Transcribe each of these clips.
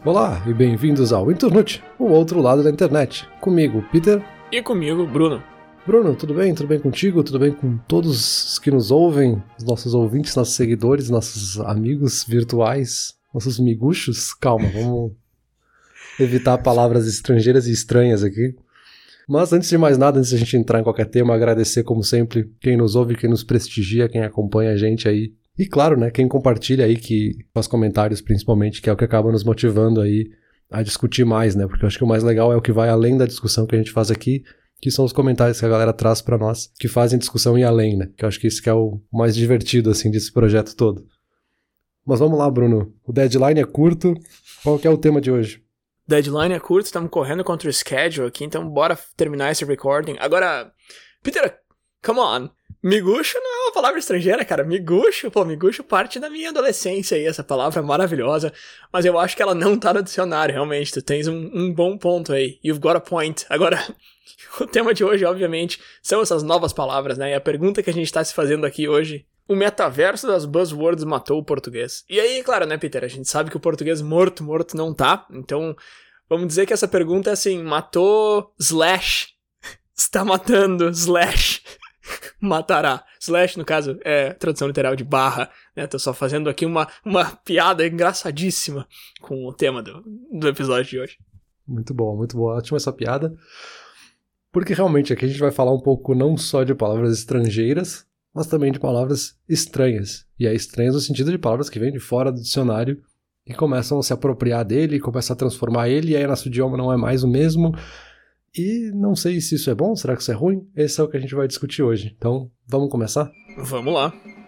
Olá e bem-vindos ao Internute, o outro lado da internet. Comigo, Peter. E comigo, Bruno. Bruno, tudo bem? Tudo bem contigo? Tudo bem com todos os que nos ouvem? Os nossos ouvintes, nossos seguidores, nossos amigos virtuais, nossos miguxos? Calma, vamos evitar palavras estrangeiras e estranhas aqui. Mas antes de mais nada, antes de a gente entrar em qualquer tema, agradecer como sempre quem nos ouve, quem nos prestigia, quem acompanha a gente aí. E claro, né, quem compartilha aí, que faz comentários principalmente, que é o que acaba nos motivando aí a discutir mais, né? Porque eu acho que o mais legal é o que vai além da discussão que a gente faz aqui, que são os comentários que a galera traz pra nós, que fazem discussão ir além, né? Que eu acho que isso que é o mais divertido, assim, desse projeto todo. Mas vamos lá, Bruno. O deadline é curto. Qual que é o tema de hoje? Deadline é curto, estamos correndo contra o schedule aqui, então bora terminar esse recording. Agora, Peter, come on. Miguxo não é uma palavra estrangeira, cara. Miguxo parte da minha adolescência aí, essa palavra maravilhosa. Mas eu acho que ela não tá no dicionário, realmente. Tu tens um bom ponto aí. You've got a point. Agora, o tema de hoje, obviamente, são essas novas palavras, né? E a pergunta que a gente tá se fazendo aqui hoje: o metaverso das buzzwords matou o português. E aí, claro, né, Peter? A gente sabe que o português morto não tá. Então, vamos dizer que essa pergunta é assim: matou slash. Está matando slash. Matará. Slash, no caso, é tradução literal de barra, né? Tô só fazendo aqui uma piada engraçadíssima com o tema do episódio de hoje. Muito bom, ótima essa piada. Porque realmente aqui a gente vai falar um pouco não só de palavras estrangeiras, mas também de palavras estranhas. E é estranhas no sentido de palavras que vêm de fora do dicionário e começam a se apropriar dele, começam a transformar ele, e aí nosso idioma não é mais o mesmo. E não sei se isso é bom, será que isso é ruim? Esse é o que a gente vai discutir hoje. Então, vamos começar? Vamos lá.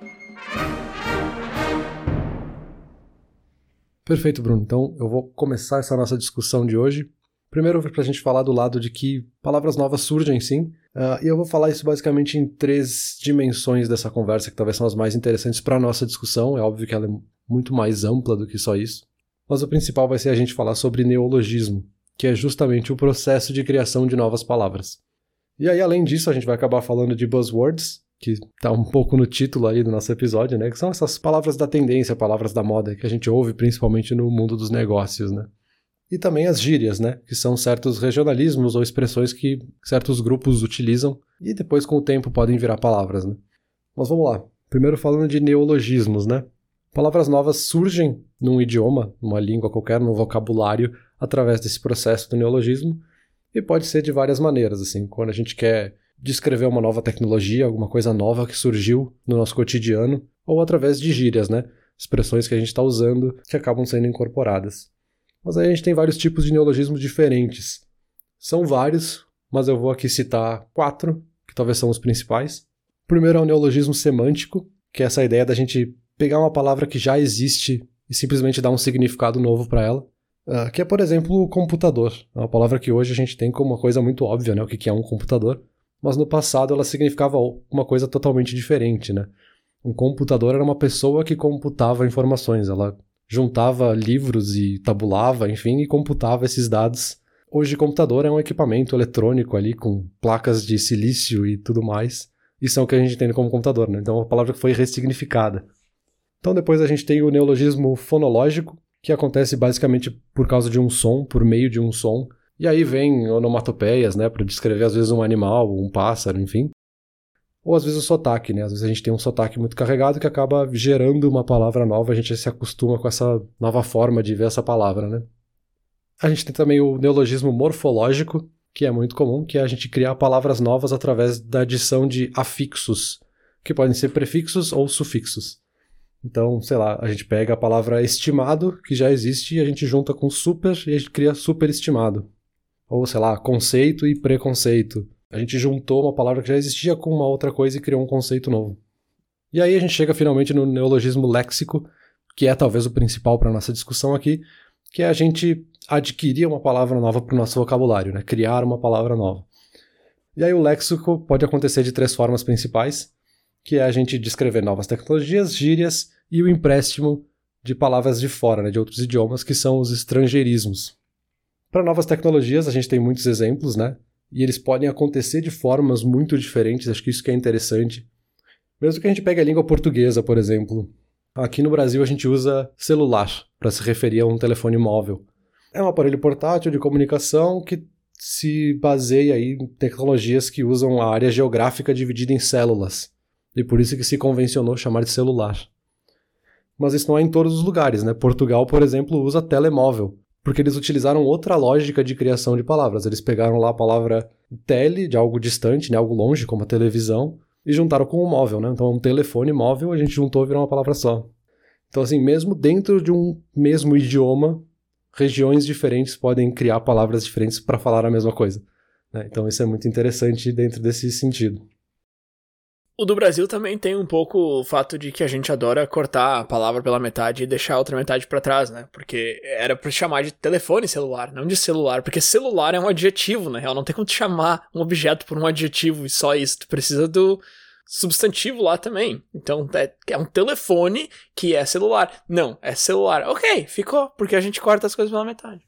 Perfeito, Bruno. Então, eu vou começar essa nossa discussão de hoje. Primeiro, para a gente falar do lado de que palavras novas surgem, sim. E eu vou falar isso basicamente em 3 dimensões dessa conversa, que talvez são as mais interessantes para a nossa discussão. É óbvio que ela é muito mais ampla do que só isso. Mas o principal vai ser a gente falar sobre neologismo, que é justamente o processo de criação de novas palavras. E aí, além disso, a gente vai acabar falando de buzzwords, que está um pouco no título aí do nosso episódio, né? Que são essas palavras da tendência, palavras da moda, que a gente ouve principalmente no mundo dos negócios, né? E também as gírias, né? Que são certos regionalismos ou expressões que certos grupos utilizam e depois, com o tempo, podem virar palavras, né? Mas vamos lá. Primeiro falando de neologismos, né? Palavras novas surgem num idioma, numa língua qualquer, num vocabulário, através desse processo do neologismo, e pode ser de várias maneiras, assim, quando a gente quer descrever uma nova tecnologia, alguma coisa nova que surgiu no nosso cotidiano, ou através de gírias, né, expressões que a gente está usando que acabam sendo incorporadas. Mas aí a gente tem vários tipos de neologismos diferentes. São vários, mas eu vou aqui citar 4, que talvez são os principais. O primeiro é o neologismo semântico, que é essa ideia da gente pegar uma palavra que já existe e simplesmente dar um significado novo para ela. Que é, por exemplo, o computador. É uma palavra que hoje a gente tem como uma coisa muito óbvia, né? O que é um computador. Mas no passado ela significava uma coisa totalmente diferente, né? Um computador era uma pessoa que computava informações. Ela juntava livros e tabulava, enfim, e computava esses dados. Hoje, computador é um equipamento eletrônico ali com placas de silício e tudo mais. Isso é o que a gente entende como computador, né? Então é uma palavra que foi ressignificada. Então depois a gente tem o neologismo fonológico, que acontece basicamente por causa de um som, por meio de um som. E aí vem onomatopeias, né, para descrever às vezes um animal, um pássaro, enfim. Ou às vezes o sotaque, né, às vezes a gente tem um sotaque muito carregado que acaba gerando uma palavra nova, a gente se acostuma com essa nova forma de ver essa palavra, né. A gente tem também o neologismo morfológico, que é muito comum, que é a gente criar palavras novas através da adição de afixos, que podem ser prefixos ou sufixos. Então, sei lá, a gente pega a palavra estimado, que já existe, e a gente junta com super e a gente cria superestimado. Ou, sei lá, conceito e preconceito. A gente juntou uma palavra que já existia com uma outra coisa e criou um conceito novo. E aí a gente chega finalmente no neologismo léxico, que é talvez o principal para a nossa discussão aqui, que é a gente adquirir uma palavra nova para o nosso vocabulário, né? Criar uma palavra nova. E aí o léxico pode acontecer de 3 formas principais, que é a gente descrever novas tecnologias, gírias e o empréstimo de palavras de fora, né, de outros idiomas, que são os estrangeirismos. Para novas tecnologias, a gente tem muitos exemplos, né? E eles podem acontecer de formas muito diferentes, acho que isso que é interessante. Mesmo que a gente pegue a língua portuguesa, por exemplo. Aqui no Brasil a gente usa celular para se referir a um telefone móvel. É um aparelho portátil de comunicação que se baseia aí em tecnologias que usam a área geográfica dividida em células. E por isso que se convencionou chamar de celular. Mas isso não é em todos os lugares, né? Portugal, por exemplo, usa telemóvel, porque eles utilizaram outra lógica de criação de palavras. Eles pegaram lá a palavra tele, de algo distante, né? Algo longe, como a televisão, e juntaram com o móvel, né? Então, um telefone móvel a gente juntou e virou uma palavra só. Então, assim, mesmo dentro de um mesmo idioma, regiões diferentes podem criar palavras diferentes para falar a mesma coisa, né? Então, isso é muito interessante dentro desse sentido. O do Brasil também tem um pouco o fato de que a gente adora cortar a palavra pela metade e deixar a outra metade pra trás, né? Porque era pra chamar de telefone celular, não de celular, porque celular é um adjetivo, na real, não tem como tu chamar um objeto por um adjetivo e só isso, tu precisa do substantivo lá também. Então é um telefone que é celular. Não, é celular. Ok, ficou, porque a gente corta as coisas pela metade.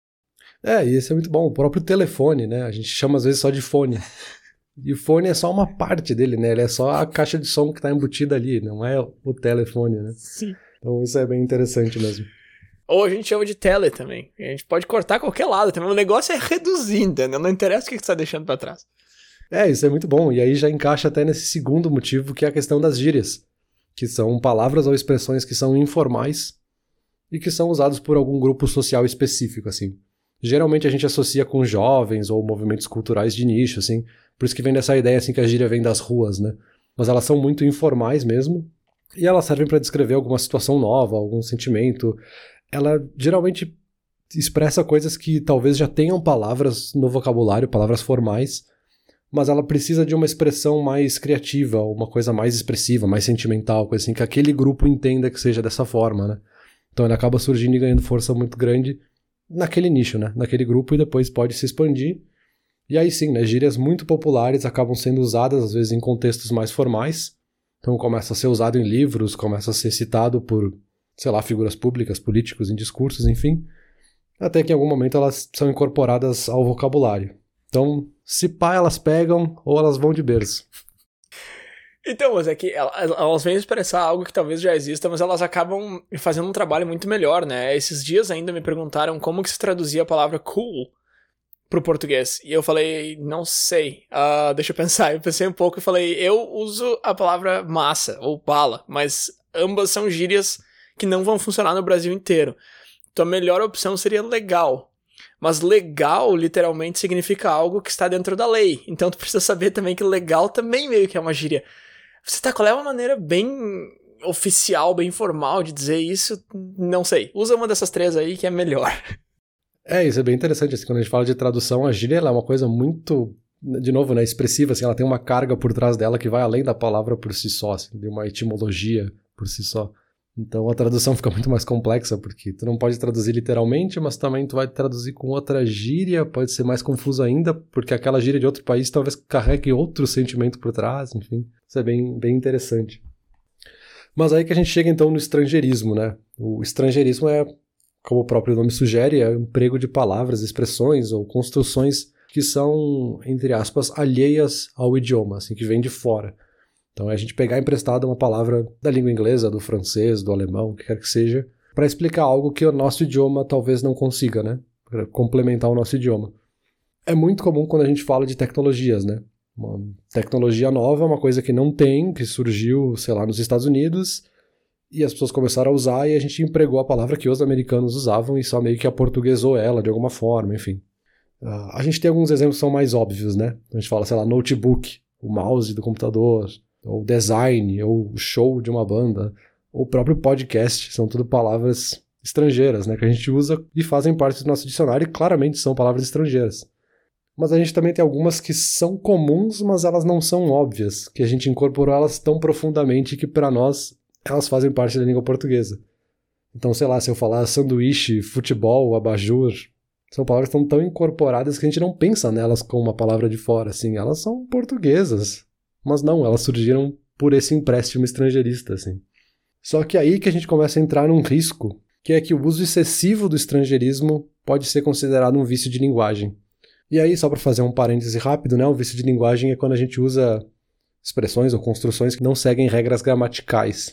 E isso é muito bom. O próprio telefone, né? A gente chama às vezes só de fone. E o fone é só uma parte dele, né? Ele é só a caixa de som que tá embutida ali, não é o telefone, né? Sim. Então isso é bem interessante mesmo. Ou a gente chama de tele também. A gente pode cortar qualquer lado também. O negócio é reduzir, entendeu? Não interessa o que você tá deixando pra trás. Isso é muito bom. E aí já encaixa até nesse segundo motivo, que é a questão das gírias, que são palavras ou expressões que são informais e que são usados por algum grupo social específico, assim. Geralmente a gente associa com jovens ou movimentos culturais de nicho, assim. Por isso que vem dessa ideia, assim, que a gíria vem das ruas, né? Mas elas são muito informais mesmo. E elas servem para descrever alguma situação nova, algum sentimento. Ela geralmente expressa coisas que talvez já tenham palavras no vocabulário, palavras formais, mas ela precisa de uma expressão mais criativa, uma coisa mais expressiva, mais sentimental, coisa assim, que aquele grupo entenda que seja dessa forma, né? Então ele acaba surgindo e ganhando força muito grande naquele nicho, né? Naquele grupo, e depois pode se expandir. E aí sim, né? Gírias muito populares acabam sendo usadas, às vezes, em contextos mais formais. Então começa a ser usado em livros, começa a ser citado por, sei lá, figuras públicas, políticos, em discursos, enfim. Até que em algum momento elas são incorporadas ao vocabulário. Então, se pá, elas pegam ou elas vão de berço. Então, mas é que elas vêm expressar algo que talvez já exista, mas elas acabam fazendo um trabalho muito melhor, né? Esses dias ainda me perguntaram como que se traduzia a palavra cool pro português. E eu falei, não sei. Deixa eu pensar. Eu pensei um pouco e falei, eu uso a palavra massa ou bala, mas ambas são gírias que não vão funcionar no Brasil inteiro. Então a melhor opção seria legal. Mas legal, literalmente, significa algo que está dentro da lei. Então tu precisa saber também que legal também meio que é uma gíria. Você tá, qual é uma maneira bem oficial, bem formal de dizer isso? Não sei. Usa uma dessas três aí que é melhor. Isso é bem interessante, assim, quando a gente fala de tradução, a gíria ela é uma coisa muito, de novo, né, expressiva, assim, ela tem uma carga por trás dela que vai além da palavra por si só, assim, de uma etimologia por si só. Então a tradução fica muito mais complexa, porque tu não pode traduzir literalmente, mas também tu vai traduzir com outra gíria, pode ser mais confuso ainda, porque aquela gíria de outro país talvez carregue outro sentimento por trás, enfim. Isso é bem, bem interessante. Mas aí que a gente chega então no estrangeirismo, né? O estrangeirismo é, como o próprio nome sugere, é o emprego de palavras, expressões ou construções que são, entre aspas, alheias ao idioma, assim, que vêm de fora. Então é a gente pegar emprestado uma palavra da língua inglesa, do francês, do alemão, o que quer que seja, para explicar algo que o nosso idioma talvez não consiga, né? Para complementar o nosso idioma. É muito comum quando a gente fala de tecnologias, né? Uma tecnologia nova é uma coisa que não tem, que surgiu, sei lá, nos Estados Unidos, e as pessoas começaram a usar e a gente empregou a palavra que os americanos usavam e só meio que aportuguesou ela de alguma forma, enfim. A gente tem alguns exemplos que são mais óbvios, né? A gente fala, sei lá, notebook, o mouse do computador, ou design, ou show de uma banda, ou o próprio podcast, são tudo palavras estrangeiras, né, que a gente usa e fazem parte do nosso dicionário e claramente são palavras estrangeiras. Mas a gente também tem algumas que são comuns, mas elas não são óbvias, que a gente incorporou elas tão profundamente que para nós elas fazem parte da língua portuguesa. Então, sei lá, se eu falar sanduíche, futebol, abajur, são palavras que estão tão incorporadas que a gente não pensa nelas como uma palavra de fora, assim, elas são portuguesas. Mas não, elas surgiram por esse empréstimo estrangeirista, assim. Só que aí que a gente começa a entrar num risco, que é que o uso excessivo do estrangeirismo pode ser considerado um vício de linguagem. E aí, só para fazer um parêntese rápido, né, o vício de linguagem é quando a gente usa expressões ou construções que não seguem regras gramaticais.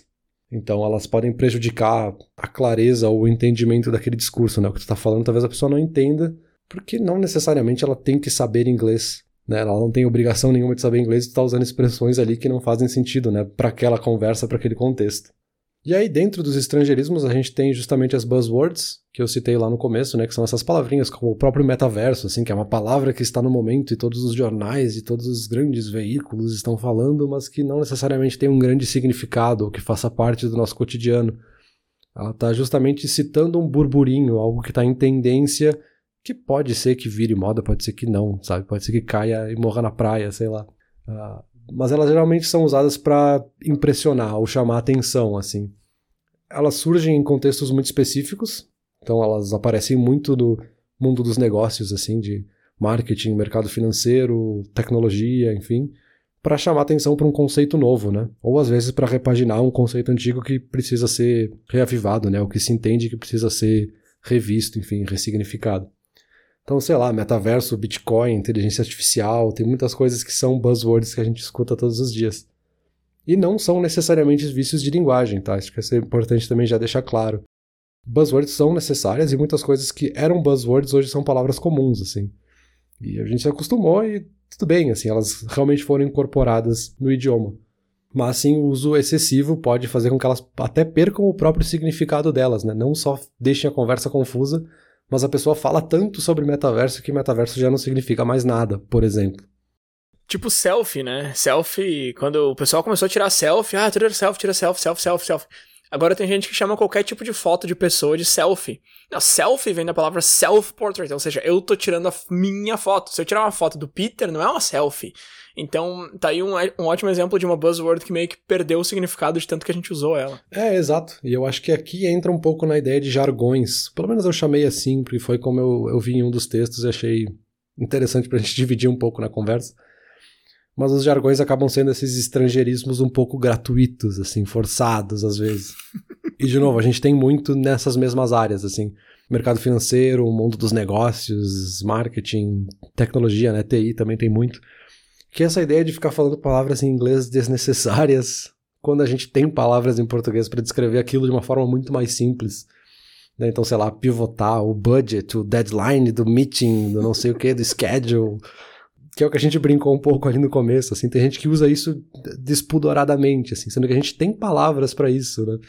Então elas podem prejudicar a clareza ou o entendimento daquele discurso, né? O que tu tá falando, talvez a pessoa não entenda, porque não necessariamente ela tem que saber inglês, né? Ela não tem obrigação nenhuma de saber inglês e tá usando expressões ali que não fazem sentido, né? Para aquela conversa, para aquele contexto. E aí, dentro dos estrangeirismos, a gente tem justamente as buzzwords, que eu citei lá no começo, né? Que são essas palavrinhas, como o próprio metaverso, assim, que é uma palavra que está no momento e todos os jornais e todos os grandes veículos estão falando, mas que não necessariamente tem um grande significado ou que faça parte do nosso cotidiano. Ela está justamente citando um burburinho, algo que está em tendência, que pode ser que vire moda, pode ser que não, sabe? Pode ser que caia e morra na praia, sei lá. Mas elas geralmente são usadas para impressionar ou chamar atenção, assim. Elas surgem em contextos muito específicos, então elas aparecem muito no mundo dos negócios, assim, de marketing, mercado financeiro, tecnologia, enfim, para chamar atenção para um conceito novo, né? Ou às vezes para repaginar um conceito antigo que precisa ser reavivado, né? O que se entende que precisa ser revisto, enfim, ressignificado. Então, sei lá, metaverso, Bitcoin, inteligência artificial, tem muitas coisas que são buzzwords que a gente escuta todos os dias. E não são necessariamente vícios de linguagem, tá? Acho que é importante também já deixar claro. Buzzwords são necessárias e muitas coisas que eram buzzwords hoje são palavras comuns, assim. E a gente se acostumou e tudo bem, assim, elas realmente foram incorporadas no idioma. Mas, sim, o uso excessivo pode fazer com que elas até percam o próprio significado delas, né? Não só deixem a conversa confusa, mas a pessoa fala tanto sobre metaverso que metaverso já não significa mais nada, por exemplo. Tipo selfie, né? Selfie, quando o pessoal começou a tirar selfie, tira selfie. Agora tem gente que chama qualquer tipo de foto de pessoa de selfie. Não, selfie vem da palavra self-portrait, ou seja, eu tô tirando a minha foto. Se eu tirar uma foto do Peter, não é uma selfie. Então, tá aí um ótimo exemplo de uma buzzword que meio que perdeu o significado de tanto que a gente usou ela. É, exato. E eu acho que aqui entra um pouco na ideia de jargões. Pelo menos eu chamei assim, porque foi como eu vi em um dos textos e achei interessante pra gente dividir um pouco na conversa. Mas os jargões acabam sendo esses estrangeirismos um pouco gratuitos, assim, forçados às vezes. E, de novo, a gente tem muito nessas mesmas áreas, assim. Mercado financeiro, o mundo dos negócios, marketing, tecnologia, né? TI também tem muito. Que essa ideia de ficar falando palavras em inglês desnecessárias, quando a gente tem palavras em português para descrever aquilo de uma forma muito mais simples. Né? Então, sei lá, pivotar, o budget, o deadline do meeting, do não sei o que, do schedule... que é o que a gente brincou um pouco ali no começo, assim, tem gente que usa isso despudoradamente, assim, sendo que a gente tem palavras para isso, né,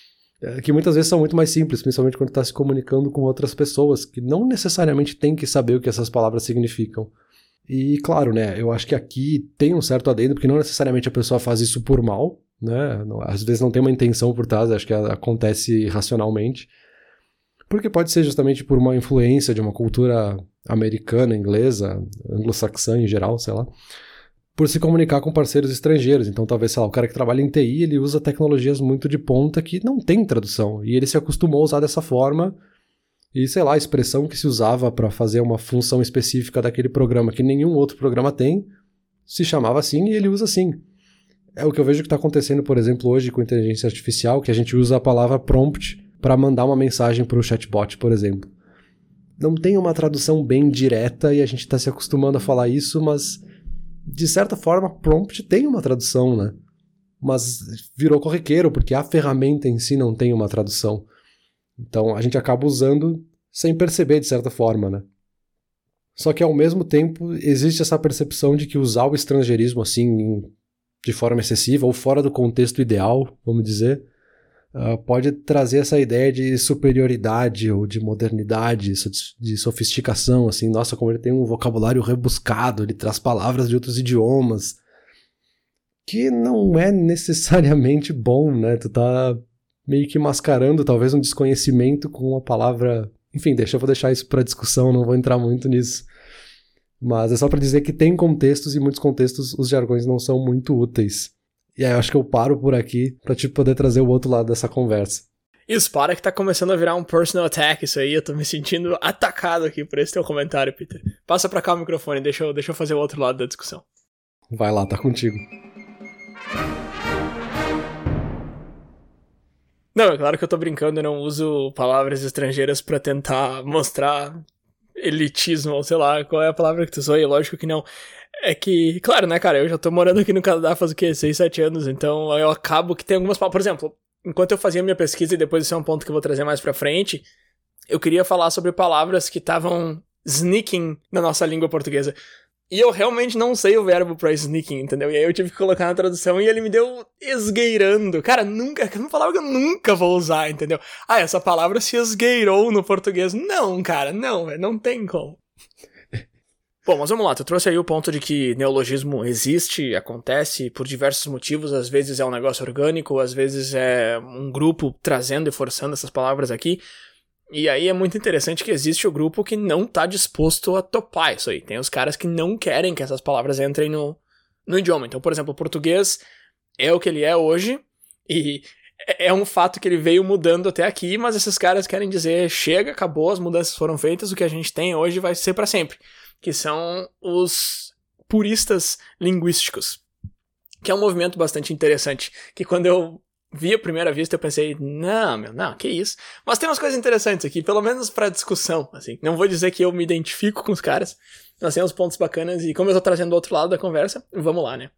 que muitas vezes são muito mais simples, principalmente quando está se comunicando com outras pessoas, que não necessariamente tem que saber o que essas palavras significam. E, claro, né, eu acho que aqui tem um certo adendo, porque não necessariamente a pessoa faz isso por mal, né, às vezes não tem uma intenção por trás, acho que acontece racionalmente, porque pode ser justamente por uma influência de uma cultura americana, inglesa, anglo-saxã em geral, sei lá, por se comunicar com parceiros estrangeiros. Então talvez, sei lá, o cara que trabalha em TI, ele usa tecnologias muito de ponta que não tem tradução, e ele se acostumou a usar dessa forma, e sei lá, a expressão que se usava para fazer uma função específica daquele programa que nenhum outro programa tem, se chamava assim e ele usa assim. É o que eu vejo que está acontecendo, por exemplo, hoje com inteligência artificial, que a gente usa a palavra prompt para mandar uma mensagem para o chatbot, por exemplo. Não tem uma tradução bem direta e a gente está se acostumando a falar isso, mas de certa forma prompt tem uma tradução, né? Mas virou corriqueiro porque a ferramenta em si não tem uma tradução. Então a gente acaba usando sem perceber de certa forma, né? Só que ao mesmo tempo existe essa percepção de que usar o estrangeirismo assim de forma excessiva ou fora do contexto ideal, vamos dizer, pode trazer essa ideia de superioridade ou de modernidade, de sofisticação, assim, nossa, como ele tem um vocabulário rebuscado, ele traz palavras de outros idiomas, que não é necessariamente bom, né? Tu tá meio que mascarando talvez um desconhecimento com uma palavra... Enfim, eu vou deixar isso para discussão, não vou entrar muito nisso. Mas é só para dizer que tem contextos e em muitos contextos os jargões não são muito úteis. E aí eu acho que eu paro por aqui pra te poder trazer o outro lado dessa conversa. Isso, para que tá começando a virar um personal attack isso aí, eu tô me sentindo atacado aqui por esse teu comentário, Peter. Passa pra cá o microfone, deixa eu fazer o outro lado da discussão. Vai lá, tá contigo. Não, é claro que eu tô brincando, eu não uso palavras estrangeiras pra tentar mostrar elitismo, ou sei lá, qual é a palavra que tu usou, e lógico que não. É que, claro, né, cara, eu já tô morando aqui no Canadá faz o quê? 6, 7 anos, então eu acabo que tem algumas palavras, por exemplo, enquanto eu fazia minha pesquisa, e depois esse é um ponto que eu vou trazer mais pra frente, eu queria falar sobre palavras que estavam sneaking na nossa língua portuguesa. E eu realmente não sei o verbo pra sneaking, entendeu? E aí eu tive que colocar na tradução e ele me deu esgueirando. Cara, é uma palavra que eu nunca vou usar, entendeu? Ah, essa palavra se esgueirou no português. Não, cara, não, velho, não tem como. Bom, mas vamos lá, tu trouxe aí o ponto de que neologismo existe, acontece por diversos motivos, às vezes é um negócio orgânico, às vezes é um grupo trazendo e forçando essas palavras aqui, e aí é muito interessante que existe o grupo que não tá disposto a topar isso aí, tem os caras que não querem que essas palavras entrem no idioma. Então, por exemplo, o português é o que ele é hoje, e é um fato que ele veio mudando até aqui, mas esses caras querem dizer, chega, acabou, as mudanças foram feitas, o que a gente tem hoje vai ser pra sempre. Que são os puristas linguísticos, que é um movimento bastante interessante, que quando eu vi à primeira vista eu pensei, não, que isso? Mas tem umas coisas interessantes aqui, pelo menos pra discussão, assim. Não vou dizer que eu me identifico com os caras, mas tem uns pontos bacanas, e como eu tô trazendo do outro lado da conversa, vamos lá, né?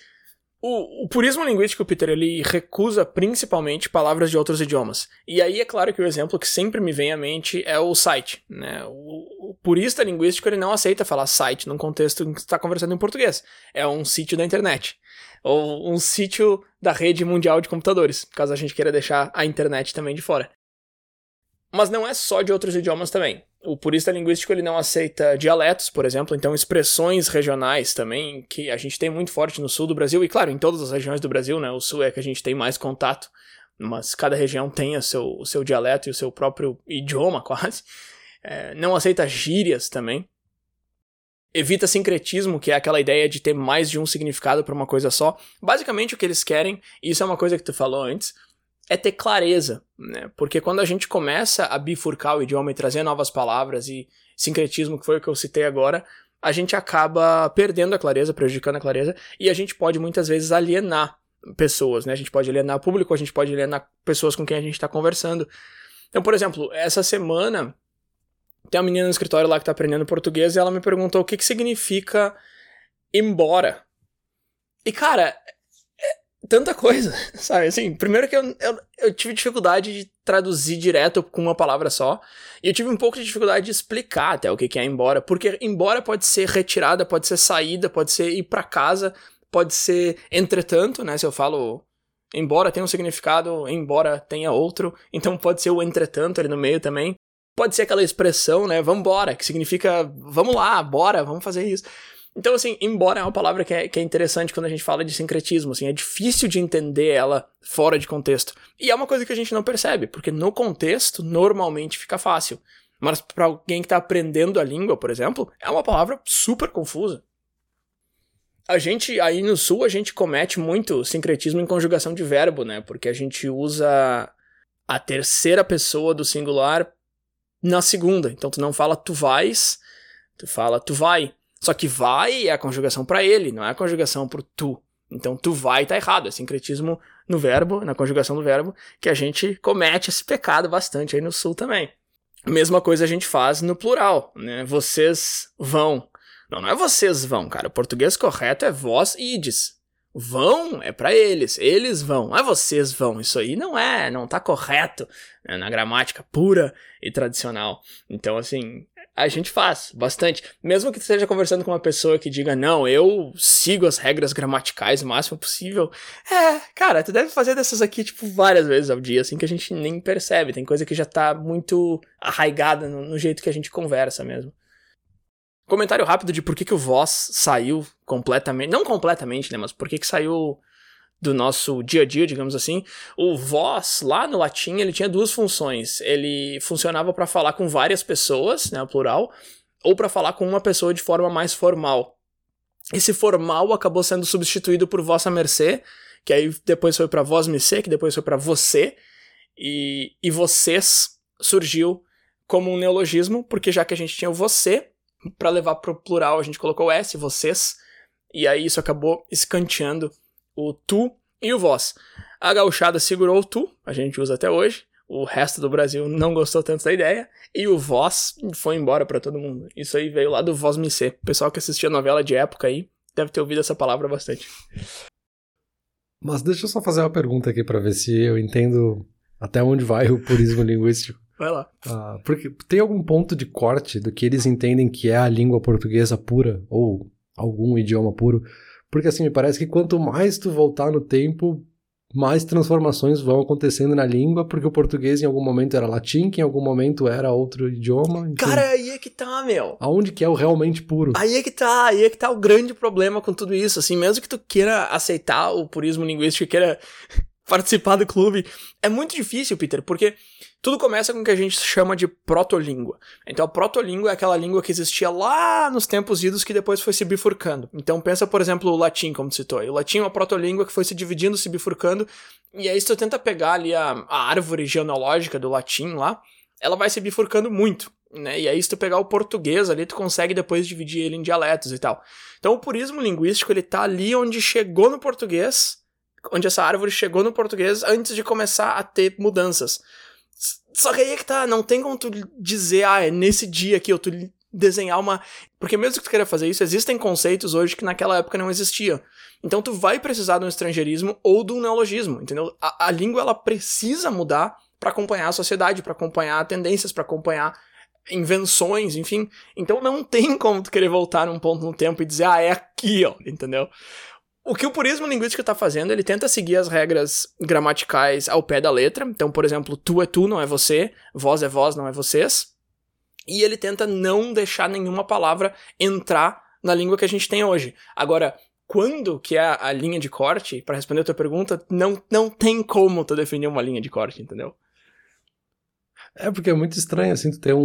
O purismo linguístico, Peter, ele recusa principalmente palavras de outros idiomas. E aí é claro que o exemplo que sempre me vem à mente é o site, né? O purista linguístico, ele não aceita falar site num contexto em que você está conversando em português. É um sítio da internet. Ou um sítio da rede mundial de computadores, caso a gente queira deixar a internet também de fora. Mas não é só de outros idiomas também. O purista linguístico ele não aceita dialetos, por exemplo, então expressões regionais também, que a gente tem muito forte no sul do Brasil, e claro, em todas as regiões do Brasil, né? O sul é que a gente tem mais contato, mas cada região tem o seu dialeto e o seu próprio idioma, quase. Não aceita gírias também. Evita sincretismo, que é aquela ideia de ter mais de um significado para uma coisa só. Basicamente o que eles querem, e isso é uma coisa que tu falou antes, é ter clareza, né? Porque quando a gente começa a bifurcar o idioma e trazer novas palavras e sincretismo, que foi o que eu citei agora, a gente acaba perdendo a clareza, prejudicando a clareza, e a gente pode muitas vezes alienar pessoas, né? A gente pode alienar público, a gente pode alienar pessoas com quem a gente está conversando. Então, por exemplo, essa semana tem uma menina no escritório lá que está aprendendo português e ela me perguntou o que significa embora. E, cara, tanta coisa, sabe? Assim, primeiro que eu tive dificuldade de traduzir direto com uma palavra só, e eu tive um pouco de dificuldade de explicar até o que é embora, porque embora pode ser retirada, pode ser saída, pode ser ir pra casa, pode ser entretanto, né? Se eu falo embora tem um significado, embora tenha outro, então pode ser o entretanto ali no meio também. Pode ser aquela expressão, né? Vambora, que significa vamos lá, bora, vamos fazer isso. Então, assim, embora é uma palavra que é interessante quando a gente fala de sincretismo, assim, é difícil de entender ela fora de contexto. E é uma coisa que a gente não percebe, porque no contexto, normalmente fica fácil. Mas para alguém que tá aprendendo a língua, por exemplo, é uma palavra super confusa. A gente, aí no sul, a gente comete muito sincretismo em conjugação de verbo, né? Porque a gente usa a terceira pessoa do singular na segunda. Então, tu não fala tu vais, tu fala tu vai. Só que vai é a conjugação para ele, não é a conjugação pro tu. Então, tu vai tá errado. É sincretismo no verbo, na conjugação do verbo, que a gente comete esse pecado bastante aí no sul também. A mesma coisa a gente faz no plural, né? Vocês vão. Não é vocês vão, cara. O português correto é vós ides. Vão é pra eles vão. Não é vocês vão. Isso aí não tá correto, né, na gramática pura e tradicional. Então, assim, a gente faz bastante. Mesmo que tu esteja conversando com uma pessoa que diga, não, eu sigo as regras gramaticais o máximo possível. Cara, tu deve fazer dessas aqui, tipo, várias vezes ao dia, assim, que a gente nem percebe. Tem coisa que já tá muito arraigada no jeito que a gente conversa mesmo. Comentário rápido de por que o vós saiu completamente, não completamente, né, mas por que saiu do nosso dia a dia, digamos assim. O vós, lá no latim, ele tinha duas funções. Ele funcionava para falar com várias pessoas, né, o plural, ou para falar com uma pessoa de forma mais formal. Esse formal acabou sendo substituído por vossa mercê, que aí depois foi para vós mercê, que depois foi para você, e vocês surgiu como um neologismo, porque já que a gente tinha o você, para levar pro plural a gente colocou S, vocês, e aí isso acabou escanteando o tu e o vós. A gauchada segurou o tu, a gente usa até hoje, o resto do Brasil não gostou tanto da ideia, e o vós foi embora para todo mundo. Isso aí veio lá do vós me ser. O pessoal que assistia novela de época aí deve ter ouvido essa palavra bastante. Mas deixa eu só fazer uma pergunta aqui para ver se eu entendo até onde vai o purismo linguístico. Vai lá. Porque tem algum ponto de corte do que eles entendem que é a língua portuguesa pura, ou algum idioma puro? Porque assim, me parece que quanto mais tu voltar no tempo, mais transformações vão acontecendo na língua, porque o português em algum momento era latim, que em algum momento era outro idioma. Enfim. Cara, aí é que tá, meu. Aonde que é o realmente puro? Aí é que tá o grande problema com tudo isso, assim, mesmo que tu queira aceitar o purismo linguístico e queira participar do clube, é muito difícil, Peter, porque tudo começa com o que a gente chama de protolíngua. Então a protolíngua é aquela língua que existia lá nos tempos idos que depois foi se bifurcando. Então pensa, por exemplo, o latim, como tu citou. O latim é uma protolíngua que foi se dividindo, se bifurcando, e aí se tu tenta pegar ali a árvore genealógica do latim lá, ela vai se bifurcando muito, né? E aí se tu pegar o português ali, tu consegue depois dividir ele em dialetos e tal. Então o purismo linguístico, ele tá ali onde chegou no português, onde essa árvore chegou no português antes de começar a ter mudanças. Só que aí é que tá, não tem como tu dizer, é nesse dia aqui, ou tu desenhar uma... Porque mesmo que tu queira fazer isso, existem conceitos hoje que naquela época não existiam. Então tu vai precisar de um estrangeirismo ou de um neologismo, entendeu? A língua, ela precisa mudar para acompanhar a sociedade, para acompanhar tendências, para acompanhar invenções, enfim. Então não tem como tu querer voltar num ponto no tempo e dizer, é aqui, ó, entendeu? O que o purismo linguístico está fazendo, ele tenta seguir as regras gramaticais ao pé da letra. Então, por exemplo, tu é tu, não é você. Vós é vós, não é vocês. E ele tenta não deixar nenhuma palavra entrar na língua que a gente tem hoje. Agora, quando que é a linha de corte, para responder a tua pergunta, não tem como tu definir uma linha de corte, entendeu? É porque é muito estranho, assim, tu ter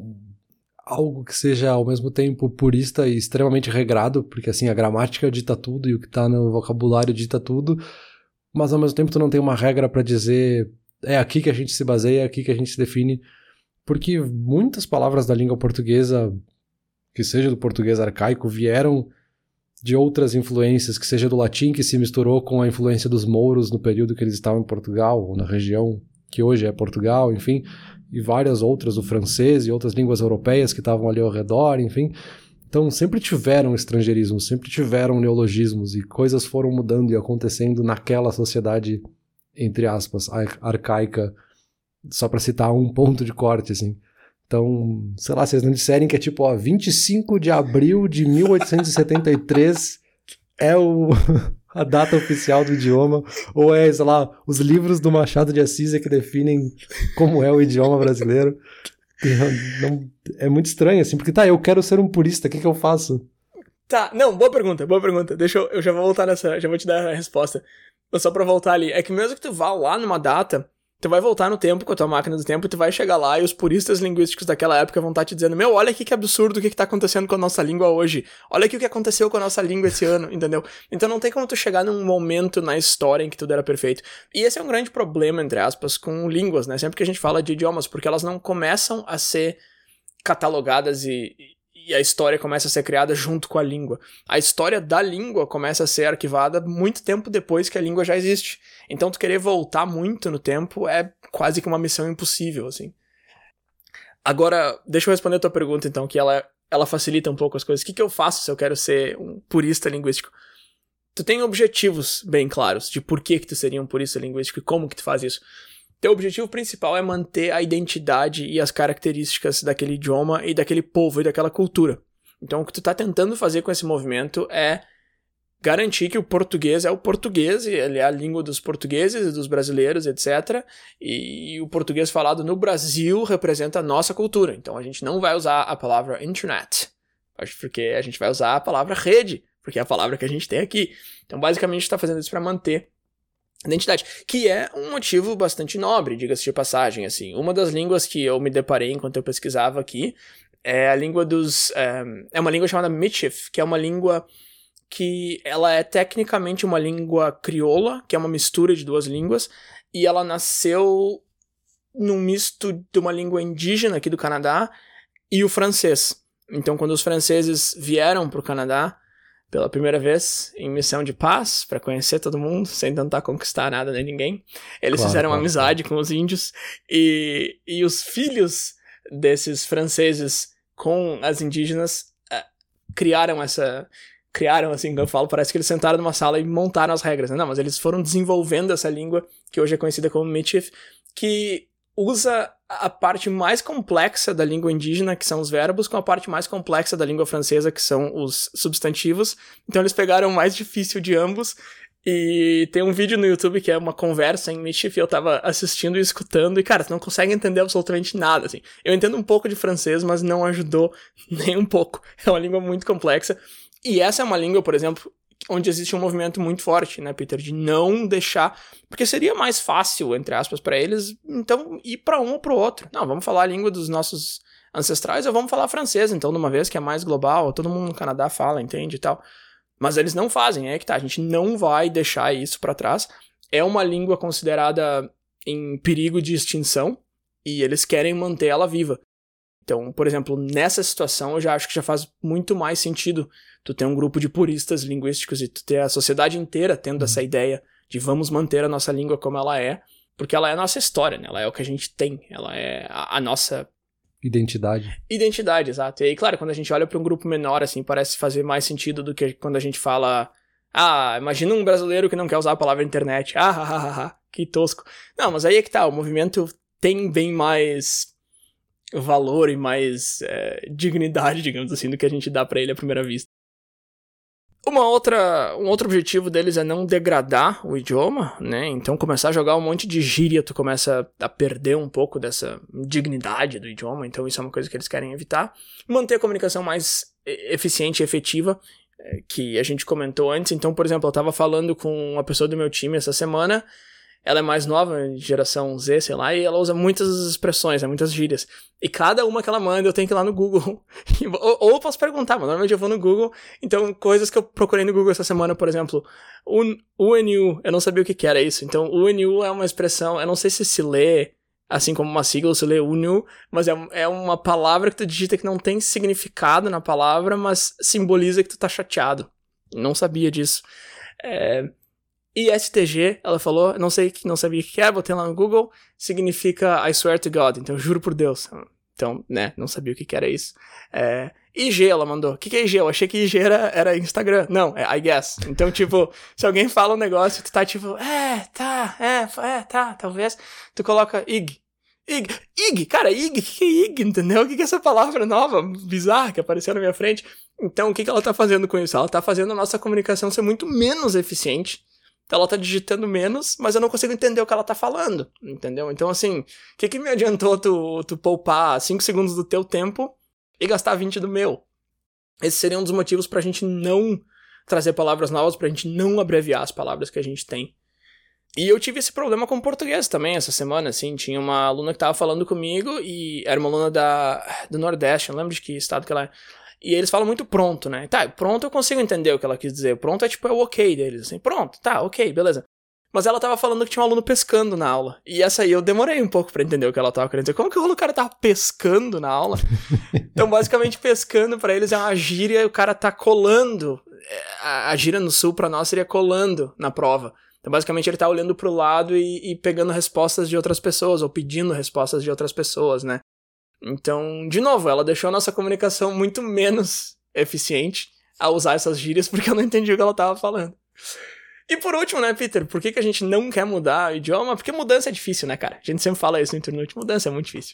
algo que seja ao mesmo tempo purista e extremamente regrado, porque assim, a gramática dita tudo e o que tá no vocabulário dita tudo, mas ao mesmo tempo tu não tem uma regra pra dizer é aqui que a gente se baseia, é aqui que a gente se define, porque muitas palavras da língua portuguesa, que seja do português arcaico, vieram de outras influências, que seja do latim que se misturou com a influência dos mouros no período que eles estavam em Portugal, ou na região que hoje é Portugal, enfim, e várias outras, o francês e outras línguas europeias que estavam ali ao redor, enfim. Então sempre tiveram estrangeirismos, sempre tiveram neologismos e coisas foram mudando e acontecendo naquela sociedade, entre aspas, arcaica, só para citar um ponto de corte, assim. Então, sei lá, vocês não disserem que é tipo, 25 de abril de 1873 é a data oficial do idioma, ou é, sei lá, os livros do Machado de Assis que definem como é o idioma brasileiro. É muito estranho, assim, porque eu quero ser um purista, o que eu faço? Tá, não, boa pergunta. Eu já vou voltar nessa, já vou te dar a resposta. Mas só pra voltar ali, é que mesmo que tu vá lá numa data, tu vai voltar no tempo com a tua máquina do tempo e tu vai chegar lá e os puristas linguísticos daquela época vão estar te dizendo, olha aqui que absurdo o que tá acontecendo com a nossa língua hoje. Olha aqui o que aconteceu com a nossa língua esse ano, entendeu? Então não tem como tu chegar num momento na história em que tudo era perfeito. E esse é um grande problema, entre aspas, com línguas, né? Sempre que a gente fala de idiomas, porque elas não começam a ser catalogadas e a história começa a ser criada junto com a língua. A história da língua começa a ser arquivada muito tempo depois que a língua já existe. Então tu querer voltar muito no tempo é quase que uma missão impossível, assim. Agora, deixa eu responder a tua pergunta, então, que ela facilita um pouco as coisas. O que eu faço se eu quero ser um purista linguístico? Tu tem objetivos bem claros de por que tu seria um purista linguístico e como que tu faz isso. Teu objetivo principal é manter a identidade e as características daquele idioma e daquele povo e daquela cultura. Então o que tu tá tentando fazer com esse movimento é garantir que o português é o português, e ele é a língua dos portugueses e dos brasileiros, etc. E o português falado no Brasil representa a nossa cultura. Então a gente não vai usar a palavra internet, porque a gente vai usar a palavra rede, porque é a palavra que a gente tem aqui. Então basicamente a gente tá fazendo isso para manter identidade, que é um motivo bastante nobre, diga-se de passagem, assim. Uma das línguas que eu me deparei enquanto eu pesquisava aqui é a língua é uma língua chamada Michif, que é uma língua que ela é tecnicamente uma língua crioula, que é uma mistura de duas línguas, e ela nasceu num misto de uma língua indígena aqui do Canadá e o francês. Então, quando os franceses vieram para o Canadá pela primeira vez, em missão de paz, para conhecer todo mundo, sem tentar conquistar nada nem ninguém. Eles fizeram amizade com os índios, e os filhos desses franceses com as indígenas criaram criaram, assim, eu falo, parece que eles sentaram numa sala e montaram as regras, né? Não, mas eles foram desenvolvendo essa língua, que hoje é conhecida como Michif, que usa a parte mais complexa da língua indígena, que são os verbos, com a parte mais complexa da língua francesa, que são os substantivos. Então eles pegaram o mais difícil de ambos. E tem um vídeo no YouTube que é uma conversa em Michif, e eu tava assistindo e escutando, e cara, você não consegue entender absolutamente nada, assim. Eu entendo um pouco de francês, mas não ajudou nem um pouco. É uma língua muito complexa. E essa é uma língua, por exemplo, onde existe um movimento muito forte, né, Peter, de não deixar, porque seria mais fácil, entre aspas, pra eles, então, ir pra um ou pro outro. Não, vamos falar a língua dos nossos ancestrais, ou vamos falar francês, então, de uma vez que é mais global, todo mundo no Canadá fala, entende, e tal. Mas eles não fazem, é que tá, a gente não vai deixar isso pra trás. É uma língua considerada em perigo de extinção, e eles querem manter ela viva. Então, por exemplo, nessa situação, eu já acho que já faz muito mais sentido tu ter um grupo de puristas linguísticos e tu ter a sociedade inteira tendo essa ideia de vamos manter a nossa língua como ela é, porque ela é a nossa história, né? Ela é o que a gente tem, ela é a nossa... Identidade, exato. E aí, claro, quando a gente olha para um grupo menor, assim, parece fazer mais sentido do que quando a gente fala... Ah, imagina um brasileiro que não quer usar a palavra internet. Que tosco. Não, mas aí é que tá, o movimento tem bem mais valor e mais dignidade, digamos assim, do que a gente dá pra ele à primeira vista. Um outro objetivo deles é não degradar o idioma, né? Então começar a jogar um monte de gíria, tu começa a perder um pouco dessa dignidade do idioma, então isso é uma coisa que eles querem evitar. Manter a comunicação mais eficiente e efetiva, que a gente comentou antes. Então, por exemplo, eu tava falando com uma pessoa do meu time essa semana. Ela é mais nova, geração Z, sei lá, e ela usa muitas expressões, muitas gírias. E cada uma que ela manda, eu tenho que ir lá no Google. ou eu posso perguntar, mas normalmente eu vou no Google. Então, coisas que eu procurei no Google essa semana, por exemplo, UNU, eu não sabia o que era isso. Então, UNU é uma expressão, eu não sei se lê assim como uma sigla, ou se lê UNU, mas é uma palavra que tu digita que não tem significado na palavra, mas simboliza que tu tá chateado. Não sabia disso. ISTG, ela falou, não sabia o que é, botei lá no Google, significa I swear to God, então juro por Deus. Então, né, não sabia o que era isso. IG, ela mandou. O que é IG? Eu achei que IG era Instagram. Não, é I guess. Então, tipo, se alguém fala um negócio, tu tá tipo, tá, talvez, tu coloca IG. IG, cara, IG, o que é IG, entendeu? O que é essa palavra nova, bizarra, que apareceu na minha frente? Então, o que ela tá fazendo com isso? Ela tá fazendo a nossa comunicação ser muito menos eficiente. Ela tá digitando menos, mas eu não consigo entender o que ela tá falando, entendeu? Então, assim, o que me adiantou tu poupar 5 segundos do teu tempo e gastar 20 do meu? Esse seria um dos motivos pra gente não trazer palavras novas, pra gente não abreviar as palavras que a gente tem. E eu tive esse problema com o português também essa semana, assim, tinha uma aluna que tava falando comigo e era uma aluna do Nordeste, eu não lembro de que estado que ela é. E eles falam muito pronto, né? Tá, pronto eu consigo entender o que ela quis dizer. Pronto é tipo o ok deles, assim. Pronto, tá, ok, beleza. Mas ela tava falando que tinha um aluno pescando na aula. E essa aí eu demorei um pouco pra entender o que ela tava querendo dizer. Como que o cara tava pescando na aula? Então, basicamente, pescando pra eles é uma gíria e o cara tá colando. A gíria no sul pra nós seria colando na prova. Então, basicamente, ele tá olhando pro lado e pegando respostas de outras pessoas, ou pedindo respostas de outras pessoas, né? Então, de novo, ela deixou a nossa comunicação muito menos eficiente a usar essas gírias porque eu não entendi o que ela tava falando. E por último, né, Peter, por que a gente não quer mudar o idioma? Porque mudança é difícil, né, cara? A gente sempre fala isso no internet, mudança é muito difícil.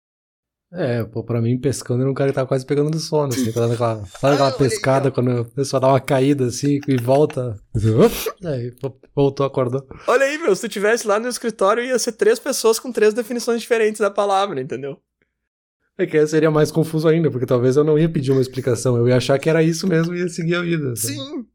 Pra mim, pescando era um cara que tava quase pegando no sono, assim, sabe aquela pescada quando a pessoa dá uma caída, assim, e volta, aí voltou, acordou. Olha aí, meu, se tu tivesse lá no escritório, ia ser 3 pessoas com 3 definições diferentes da palavra, entendeu? É que seria mais confuso ainda, porque talvez eu não ia pedir uma explicação, eu ia achar que era isso mesmo e ia seguir a vida. Sabe? Sim!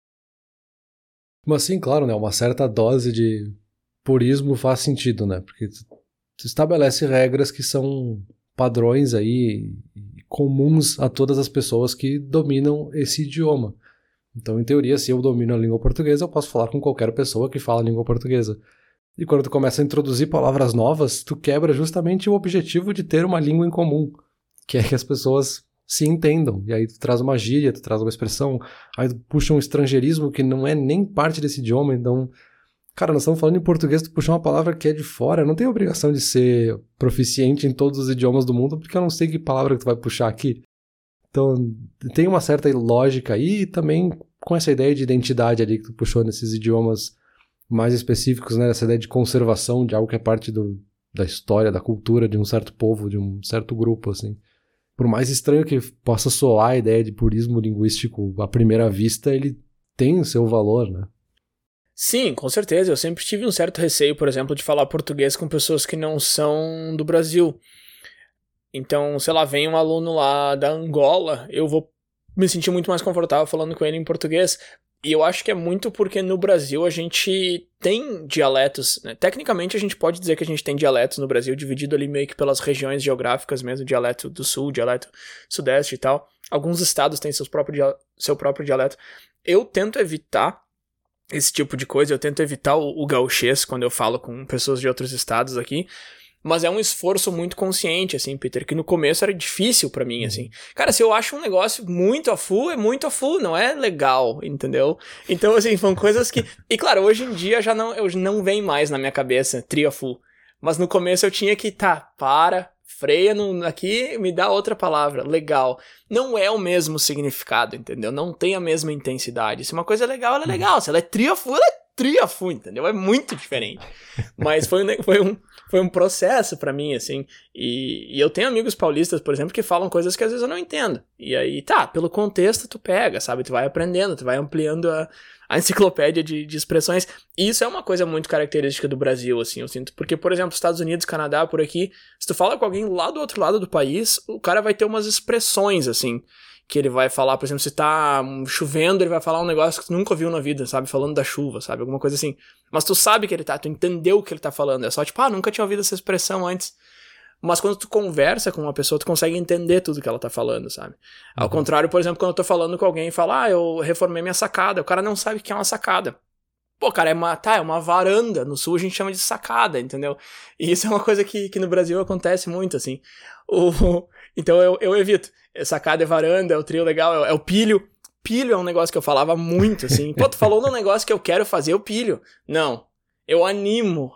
Mas sim, claro, né, uma certa dose de purismo faz sentido, né, porque tu estabelece regras que são padrões aí comuns a todas as pessoas que dominam esse idioma. Então, em teoria, se eu domino a língua portuguesa, eu posso falar com qualquer pessoa que fala a língua portuguesa. E quando tu começa a introduzir palavras novas, tu quebra justamente o objetivo de ter uma língua em comum, que é que as pessoas se entendam. E aí tu traz uma gíria, tu traz uma expressão, aí tu puxa um estrangeirismo que não é nem parte desse idioma, então... Cara, nós estamos falando em português, tu puxar uma palavra que é de fora, eu não tenho obrigação de ser proficiente em todos os idiomas do mundo, porque eu não sei que palavra que tu vai puxar aqui. Então, tem uma certa lógica aí, e também com essa ideia de identidade ali que tu puxou nesses idiomas mais específicos, né? Essa ideia de conservação de algo que é parte da história, da cultura de um certo povo, de um certo grupo, assim. Por mais estranho que possa soar a ideia de purismo linguístico à primeira vista, ele tem o seu valor, né? Sim, com certeza. Eu sempre tive um certo receio, por exemplo, de falar português com pessoas que não são do Brasil. Então, sei lá, vem um aluno lá da Angola, eu vou me sentir muito mais confortável falando com ele em português. E eu acho que é muito porque no Brasil a gente tem dialetos, né? Tecnicamente a gente pode dizer que a gente tem dialetos no Brasil, dividido ali meio que pelas regiões geográficas mesmo, dialeto do sul, dialeto sudeste e tal. Alguns estados têm seu próprio dialeto. Eu tento evitar esse tipo de coisa, eu tento evitar o gauchês quando eu falo com pessoas de outros estados aqui. Mas é um esforço muito consciente, assim, Peter, que no começo era difícil pra mim, assim. Cara, se eu acho um negócio muito a full, é muito a full, não é legal, entendeu? Então, assim, são coisas que... E, claro, hoje em dia eu não vem mais na minha cabeça tria full. Mas no começo eu tinha que, freia aqui, me dá outra palavra, legal. Não é o mesmo significado, entendeu? Não tem a mesma intensidade. Se uma coisa é legal, ela é legal. Se ela é tria full, ela é tria full, entendeu? É muito diferente. Mas foi um processo pra mim, assim, e eu tenho amigos paulistas, por exemplo, que falam coisas que às vezes eu não entendo, e aí, pelo contexto tu pega, sabe, tu vai aprendendo, tu vai ampliando a enciclopédia de expressões, e isso é uma coisa muito característica do Brasil, assim, eu sinto, porque, por exemplo, Estados Unidos, Canadá, por aqui, se tu fala com alguém lá do outro lado do país, o cara vai ter umas expressões, assim, que ele vai falar, por exemplo, se tá chovendo, ele vai falar um negócio que tu nunca ouviu na vida, sabe? Falando da chuva, sabe? Alguma coisa assim. Mas tu sabe que tu entendeu o que ele tá falando. É só tipo, nunca tinha ouvido essa expressão antes. Mas quando tu conversa com uma pessoa, tu consegue entender tudo que ela tá falando, sabe? Ao contrário, por exemplo, quando eu tô falando com alguém e falo, eu reformei minha sacada. O cara não sabe o que é uma sacada. Pô, cara, é uma varanda. No sul a gente chama de sacada, entendeu? E isso é uma coisa que no Brasil acontece muito, assim. Então eu evito. Sacada é varanda, é o trio legal, é o pilho. Pilho é um negócio que eu falava muito, assim. Pô, tu falou num negócio que eu quero fazer, o pilho. Não. Eu animo.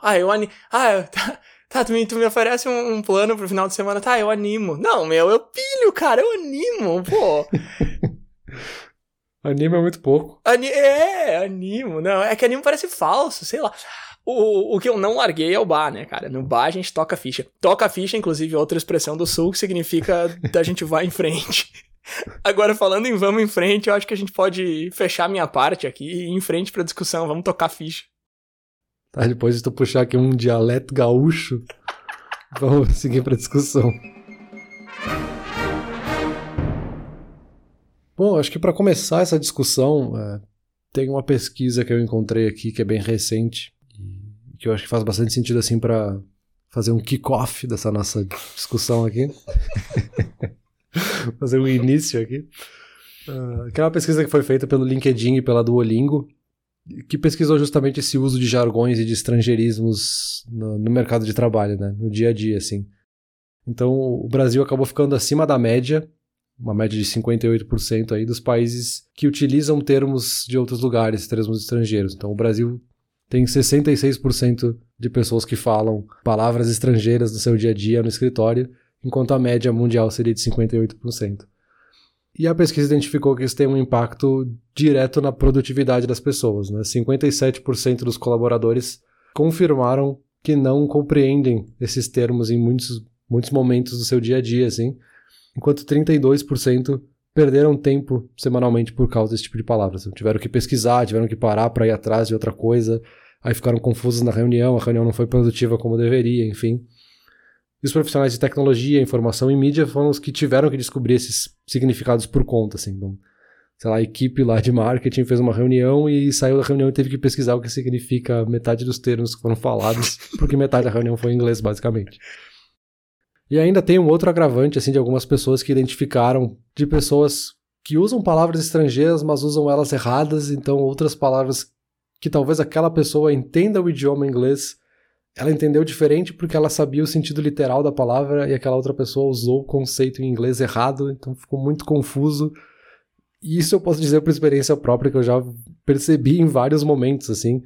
Tu me oferece um plano pro final de semana. Eu animo. Não, eu pilho, cara, eu animo, pô. Animo é muito pouco. Animo. Não, é que animo parece falso, sei lá. O que eu não larguei é o bar, né, cara? No bar a gente toca ficha. Toca ficha, inclusive, é outra expressão do sul que significa a gente vai em frente. Agora, falando em vamos em frente, eu acho que a gente pode fechar minha parte aqui e ir em frente pra discussão. Vamos tocar ficha. Depois de tu puxar aqui um dialeto gaúcho, vamos seguir pra discussão. Bom, acho que para começar essa discussão, tem uma pesquisa que eu encontrei aqui que é bem recente, que eu acho que faz bastante sentido assim para fazer um kick-off dessa nossa discussão aqui. Fazer um início aqui. Que é uma pesquisa que foi feita pelo LinkedIn e pela Duolingo, que pesquisou justamente esse uso de jargões e de estrangeirismos no mercado de trabalho, né? No dia a dia, assim. Então, o Brasil acabou ficando acima da média, uma média de 58% aí, dos países que utilizam termos de outros lugares, termos estrangeiros. Então, o Brasil tem 66% de pessoas que falam palavras estrangeiras no seu dia a dia no escritório, enquanto a média mundial seria de 58%. E a pesquisa identificou que isso tem um impacto direto na produtividade das pessoas, né? 57% dos colaboradores confirmaram que não compreendem esses termos em muitos momentos do seu dia a dia, assim, enquanto 32% perderam tempo semanalmente por causa desse tipo de palavras. Então, tiveram que pesquisar, tiveram que parar para ir atrás de outra coisa, aí ficaram confusos na reunião, a reunião não foi produtiva como deveria, enfim. E os profissionais de tecnologia, informação e mídia foram os que tiveram que descobrir esses significados por conta, assim. Então, sei lá, a equipe lá de marketing fez uma reunião e saiu da reunião e teve que pesquisar o que significa metade dos termos que foram falados, porque metade da reunião foi em inglês, basicamente. E ainda tem um outro agravante, assim, de algumas pessoas que identificaram de pessoas que usam palavras estrangeiras, mas usam elas erradas, então outras palavras que talvez aquela pessoa entenda o idioma inglês, ela entendeu diferente porque ela sabia o sentido literal da palavra e aquela outra pessoa usou o conceito em inglês errado, então ficou muito confuso. E isso eu posso dizer por experiência própria, que eu já percebi em vários momentos, assim.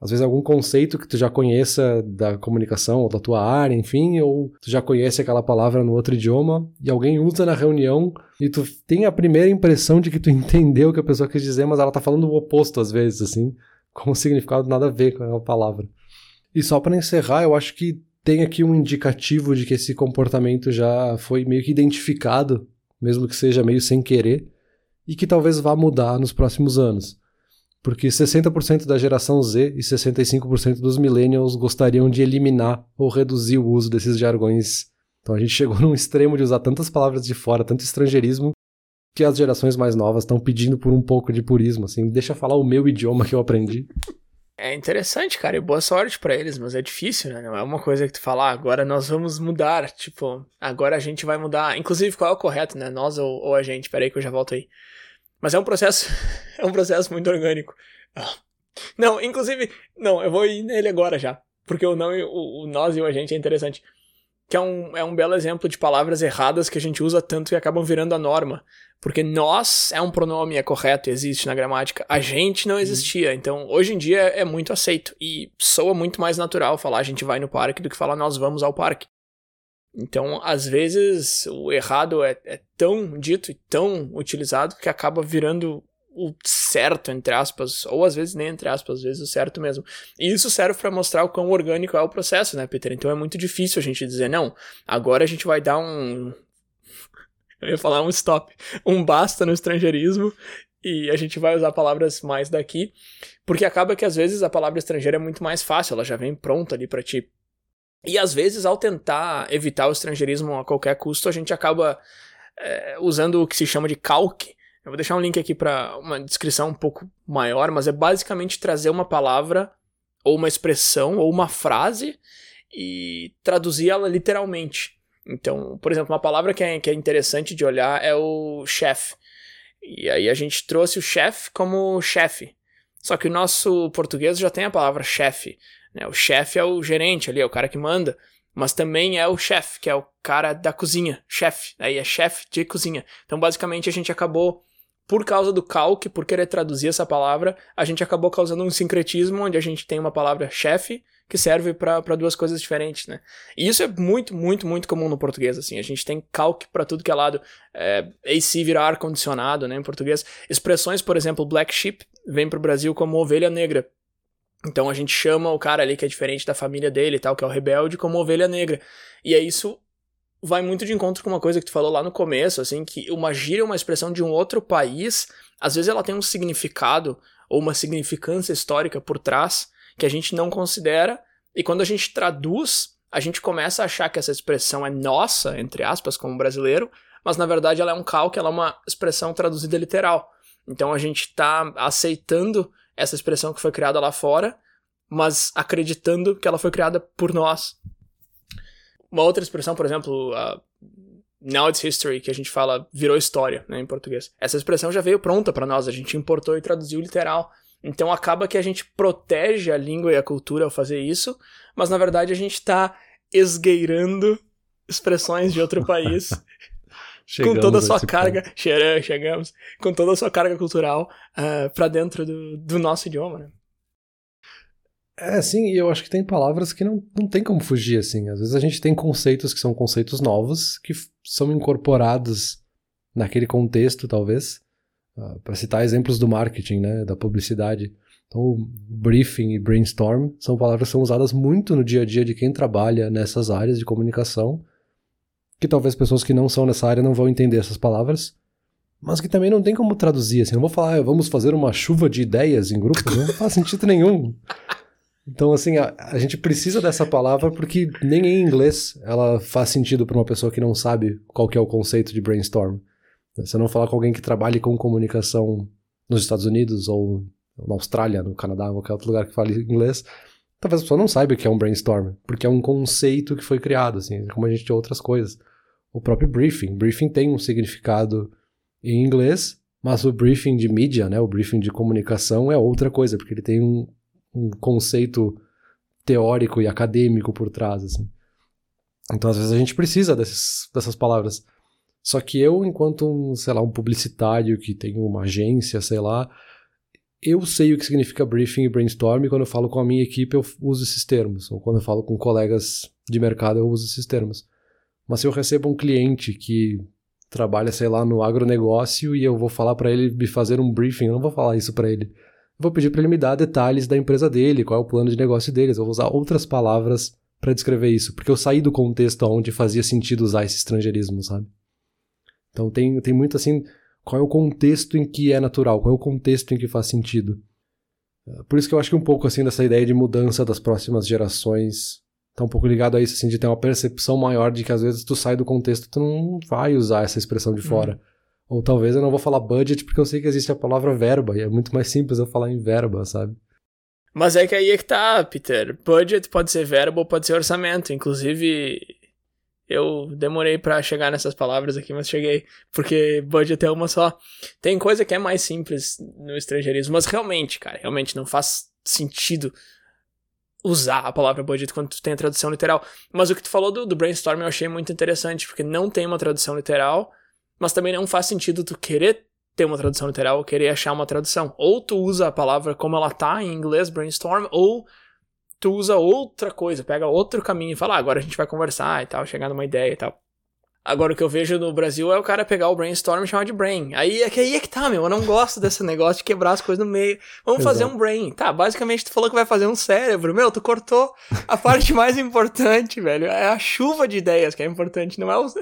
Às vezes algum conceito que tu já conheça da comunicação ou da tua área, enfim, ou tu já conhece aquela palavra no outro idioma e alguém usa na reunião e tu tem a primeira impressão de que tu entendeu o que a pessoa quis dizer, mas ela tá falando o oposto às vezes, assim, com um significado nada a ver com aquela palavra. E só para encerrar, eu acho que tem aqui um indicativo de que esse comportamento já foi meio que identificado, mesmo que seja meio sem querer, e que talvez vá mudar nos próximos anos. Porque 60% da geração Z e 65% dos millennials gostariam de eliminar ou reduzir o uso desses jargões. Então a gente chegou num extremo de usar tantas palavras de fora, tanto estrangeirismo, que as gerações mais novas estão pedindo por um pouco de purismo, assim, deixa eu falar o meu idioma que eu aprendi. É interessante, cara, e boa sorte pra eles, mas é difícil, né? Não é uma coisa que tu fala, agora nós vamos mudar, tipo, agora a gente vai mudar. Inclusive, qual é o correto, né? Nós ou a gente? Peraí que eu já volto aí. Mas é um processo muito orgânico. Não, inclusive, não, eu vou ir nele agora já, porque o nós e o a gente é interessante. Que é um belo exemplo de palavras erradas que a gente usa tanto e acabam virando a norma. Porque nós é um pronome, é correto, existe na gramática. A gente não existia. Então, hoje em dia é muito aceito. E soa muito mais natural falar a gente vai no parque do que falar nós vamos ao parque. Então, às vezes, o errado é tão dito e tão utilizado que acaba virando o certo, entre aspas, ou às vezes nem entre aspas, às vezes o certo mesmo. E isso serve para mostrar o quão orgânico é o processo, né, Peter? Então é muito difícil a gente dizer, não, agora a gente vai dar eu ia falar um stop, um basta no estrangeirismo e a gente vai usar palavras mais daqui, porque acaba que às vezes a palavra estrangeira é muito mais fácil, ela já vem pronta ali para ti. E às vezes, ao tentar evitar o estrangeirismo a qualquer custo, a gente acaba usando o que se chama de calque. Eu vou deixar um link aqui para uma descrição um pouco maior, mas é basicamente trazer uma palavra, ou uma expressão, ou uma frase, e traduzir ela literalmente. Então, por exemplo, uma palavra que é interessante de olhar é o chefe. E aí a gente trouxe o chefe como chefe. Só que o nosso português já tem a palavra chefe. O chefe é o gerente ali, é o cara que manda, mas também é o chefe, que é o cara da cozinha, chefe, aí é chefe de cozinha. Então, basicamente, a gente acabou, por causa do calque, por querer traduzir essa palavra, a gente acabou causando um sincretismo, onde a gente tem uma palavra chefe, que serve para duas coisas diferentes, né? E isso é muito, muito, muito comum no português, assim, a gente tem calque para tudo que é lado, AC vira ar-condicionado, né, em português. Expressões, por exemplo, black sheep, vem pro Brasil como ovelha negra. Então a gente chama o cara ali que é diferente da família dele e tal, que é o rebelde, como ovelha negra. E aí isso vai muito de encontro com uma coisa que tu falou lá no começo, assim, que uma gíria, uma expressão de um outro país, às vezes ela tem um significado ou uma significância histórica por trás que a gente não considera, e quando a gente traduz, a gente começa a achar que essa expressão é nossa, entre aspas, como brasileiro, mas na verdade ela é um calque, ela é uma expressão traduzida literal. Então a gente está aceitando essa expressão que foi criada lá fora, mas acreditando que ela foi criada por nós. Uma outra expressão, por exemplo, now it's history, que a gente fala virou história, né, em português. Essa expressão já veio pronta para nós, a gente importou e traduziu literal. Então acaba que a gente protege a língua e a cultura ao fazer isso, mas na verdade a gente está esgueirando expressões de outro país com toda a sua carga, chegamos, com toda a sua carga cultural pra dentro do nosso idioma, né? Sim, e eu acho que tem palavras que não tem como fugir, assim. Às vezes a gente tem conceitos que são conceitos novos, que são incorporados naquele contexto, talvez, para citar exemplos do marketing, né, da publicidade. Então, briefing e brainstorm são palavras que são usadas muito no dia a dia de quem trabalha nessas áreas de comunicação, que talvez pessoas que não são nessa área não vão entender essas palavras, mas que também não tem como traduzir, assim, não vou falar, vamos fazer uma chuva de ideias em grupo, não faz sentido nenhum. Então, assim, a gente precisa dessa palavra porque nem em inglês ela faz sentido para uma pessoa que não sabe qual que é o conceito de brainstorm. Você não falar com alguém que trabalhe com comunicação nos Estados Unidos ou na Austrália, no Canadá, qualquer outro lugar que fale inglês, talvez a pessoa não saiba o que é um brainstorm, porque é um conceito que foi criado, assim, como a gente tem outras coisas. O próprio briefing. Briefing tem um significado em inglês, mas o briefing de mídia, né, o briefing de comunicação é outra coisa, porque ele tem um conceito teórico e acadêmico por trás, assim. Então, às vezes, a gente precisa dessas palavras. Só que eu, enquanto um publicitário que tem uma agência, sei lá, eu sei o que significa briefing e brainstorm, e quando eu falo com a minha equipe eu uso esses termos, ou quando eu falo com colegas de mercado eu uso esses termos. Mas se eu recebo um cliente que trabalha, sei lá, no agronegócio e eu vou falar para ele me fazer um briefing, eu não vou falar isso para ele. Eu vou pedir para ele me dar detalhes da empresa dele, qual é o plano de negócio deles, eu vou usar outras palavras para descrever isso, porque eu saí do contexto onde fazia sentido usar esse estrangeirismo, sabe? Então tem muito assim, qual é o contexto em que é natural, qual é o contexto em que faz sentido. Por isso que eu acho que um pouco assim dessa ideia de mudança das próximas gerações tá um pouco ligado a isso, assim, de ter uma percepção maior de que às vezes tu sai do contexto, tu não vai usar essa expressão de fora. Ou talvez eu não vou falar budget porque eu sei que existe a palavra verba, e é muito mais simples eu falar em verba, sabe? Mas é que aí é que tá, Peter. Budget pode ser verba ou pode ser orçamento. Inclusive, eu demorei pra chegar nessas palavras aqui, mas cheguei. Porque budget é uma só. Tem coisa que é mais simples no estrangeirismo, mas realmente, cara, realmente não faz sentido usar a palavra budget quando tu tem a tradução literal. Mas o que tu falou do brainstorm eu achei muito interessante, porque não tem uma tradução literal, mas também não faz sentido tu querer ter uma tradução literal ou querer achar uma tradução. Ou tu usa a palavra como ela tá em inglês, brainstorm, ou tu usa outra coisa, pega outro caminho e fala, agora a gente vai conversar e tal, chegar numa ideia e tal. Agora o que eu vejo no Brasil é o cara pegar o brainstorm e chamar de brain. Aí é que tá, meu, eu não gosto desse negócio de quebrar as coisas no meio. Vamos fazer um brain. Tá, basicamente tu falou que vai fazer um cérebro. Meu, tu cortou a parte mais importante, velho. É a chuva de ideias que é importante, não é o...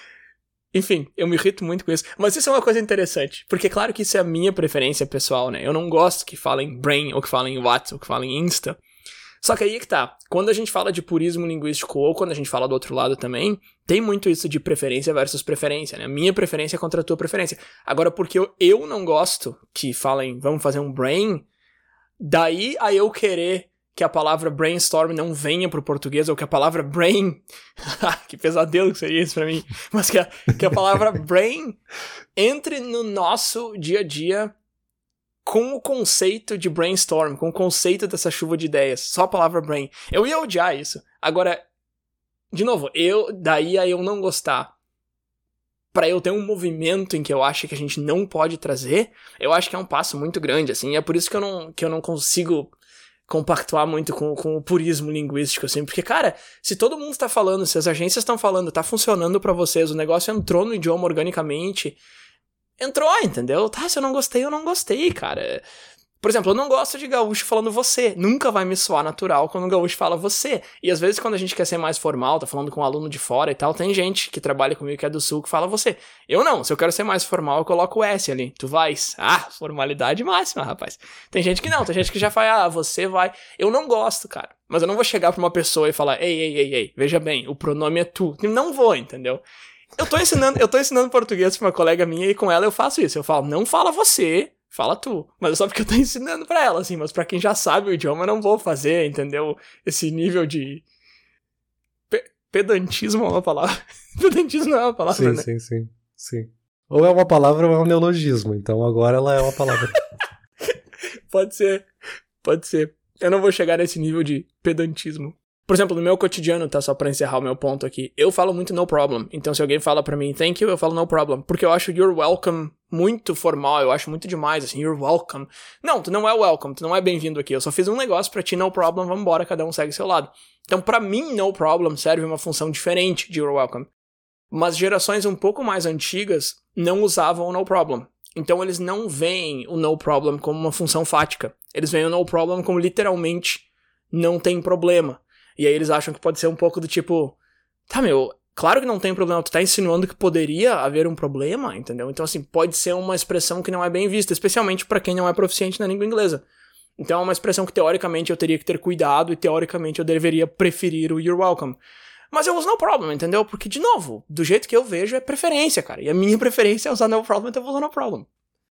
Enfim, eu me irrito muito com isso. Mas isso é uma coisa interessante. Porque claro que isso é a minha preferência pessoal, né? Eu não gosto que falem brain, ou que falem what, ou que falem insta. Só que aí é que tá. Quando a gente fala de purismo linguístico, ou quando a gente fala do outro lado também, tem muito isso de preferência versus preferência, né? Minha preferência contra a tua preferência. Agora, porque eu não gosto que falem, vamos fazer um brain, daí a eu querer que a palavra brainstorm não venha pro português, ou que a palavra brain... que pesadelo que seria isso pra mim. Mas que a palavra brain entre no nosso dia a dia com o conceito de brainstorm, com o conceito dessa chuva de ideias. Só a palavra brain. Eu ia odiar isso. Agora, de novo, daí a eu não gostar, pra eu ter um movimento em que eu acho que a gente não pode trazer, eu acho que é um passo muito grande, assim. É por isso que eu não consigo compactuar muito com o purismo linguístico, assim. Porque, cara, se todo mundo tá falando, se as agências estão falando, tá funcionando pra vocês, o negócio entrou no idioma organicamente... Entrou, entendeu? Tá, se eu não gostei, cara. Por exemplo, eu não gosto de gaúcho falando você. Nunca vai me soar natural quando o gaúcho fala você. E às vezes quando a gente quer ser mais formal, tá falando com um aluno de fora e tal, tem gente que trabalha comigo que é do sul que fala você. Eu não, se eu quero ser mais formal, eu coloco o S ali. Tu vais. Ah, formalidade máxima, rapaz. Tem gente que não, tem gente que já fala, você vai. Eu não gosto, cara. Mas eu não vou chegar pra uma pessoa e falar, ei, veja bem, o pronome é tu. Não vou, entendeu? Eu tô ensinando português pra uma colega minha e com ela eu faço isso. Eu falo, não fala você, fala tu. Mas é só porque eu tô ensinando pra ela, assim. Mas pra quem já sabe o idioma, eu não vou fazer, entendeu? Esse nível de... Pedantismo é uma palavra. Pedantismo não é uma palavra, né? Sim. Ou é uma palavra ou é um neologismo. Então agora ela é uma palavra. Pode ser. Eu não vou chegar nesse nível de pedantismo. Por exemplo, no meu cotidiano, tá? Só pra encerrar o meu ponto aqui. Eu falo muito no problem. Então, se alguém fala pra mim thank you, eu falo no problem. Porque eu acho you're welcome muito formal. Eu acho muito demais, assim, you're welcome. Não, tu não é welcome. Tu não é bem-vindo aqui. Eu só fiz um negócio pra ti, no problem, vambora, cada um segue seu lado. Então, pra mim, no problem serve uma função diferente de you're welcome. Mas gerações um pouco mais antigas não usavam o no problem. Então, eles não veem o no problem como uma função fática. Eles veem o no problem como literalmente não tem problema. E aí eles acham que pode ser um pouco do tipo, tá, meu, claro que não tem problema, tu tá insinuando que poderia haver um problema, entendeu? Então, assim, pode ser uma expressão que não é bem vista, especialmente pra quem não é proficiente na língua inglesa. Então é uma expressão que teoricamente eu teria que ter cuidado e teoricamente eu deveria preferir o you're welcome. Mas eu uso no problem, entendeu? Porque, de novo, do jeito que eu vejo é preferência, cara. E a minha preferência é usar no problem, então eu vou usar no problem.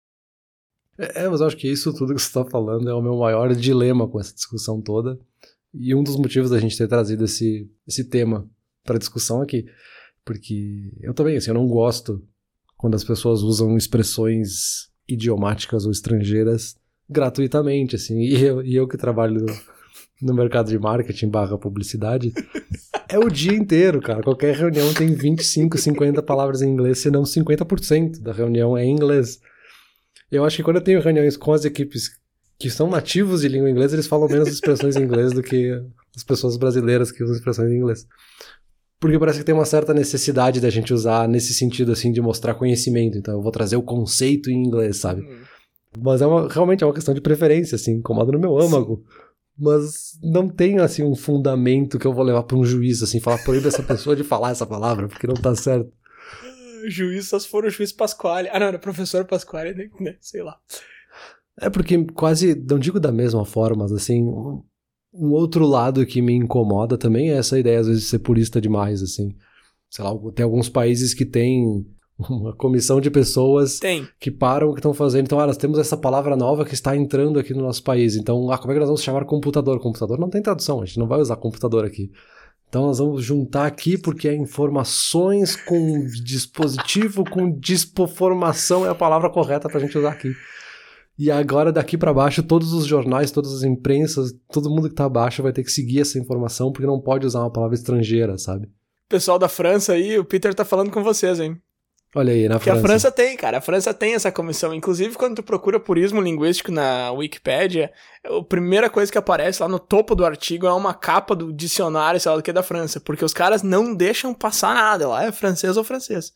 Mas eu acho que isso tudo que você tá falando é o meu maior dilema com essa discussão toda. E um dos motivos da gente ter trazido esse tema para discussão aqui, porque eu também, assim, eu não gosto quando as pessoas usam expressões idiomáticas ou estrangeiras gratuitamente, assim, e eu que trabalho no mercado de marketing / publicidade, é o dia inteiro, cara, qualquer reunião tem 25, 50 palavras em inglês, senão 50% da reunião é em inglês. Eu acho que quando eu tenho reuniões com as equipes que são nativos de língua inglesa, eles falam menos expressões em inglês do que as pessoas brasileiras que usam expressões em inglês. Porque parece que tem uma certa necessidade da gente usar nesse sentido, assim, de mostrar conhecimento. Então eu vou trazer o conceito em inglês, sabe? Mas realmente é uma questão de preferência, assim, incomoda no meu âmago. Mas não tem, assim, um fundamento que eu vou levar pra um juiz, assim, falar, proíbe essa pessoa de falar essa palavra, porque não tá certo. Juiz, só se for o juiz Pasquale. Ah, não, era professor Pasquale, né? Sei lá. É porque quase, não digo da mesma forma, mas assim, um outro lado que me incomoda também é essa ideia, às vezes, de ser purista demais, assim. Sei lá, tem alguns países que tem uma comissão de pessoas que param o que estão fazendo. Então, nós temos essa palavra nova que está entrando aqui no nosso país. Então, como é que nós vamos chamar computador? Computador não tem tradução, a gente não vai usar computador aqui. Então nós vamos juntar aqui porque é informações com dispositivo, com dispoformação é a palavra correta pra gente usar aqui. E agora daqui pra baixo todos os jornais, todas as imprensas, todo mundo que tá abaixo vai ter que seguir essa informação porque não pode usar uma palavra estrangeira, sabe? Pessoal da França aí, o Peter tá falando com vocês, hein? Olha aí, na França. Porque a França tem, cara. A França tem essa comissão. Inclusive, quando tu procura purismo linguístico na Wikipédia, a primeira coisa que aparece lá no topo do artigo é uma capa do dicionário, sei lá do que, da França. Porque os caras não deixam passar nada. Lá é francês ou francês.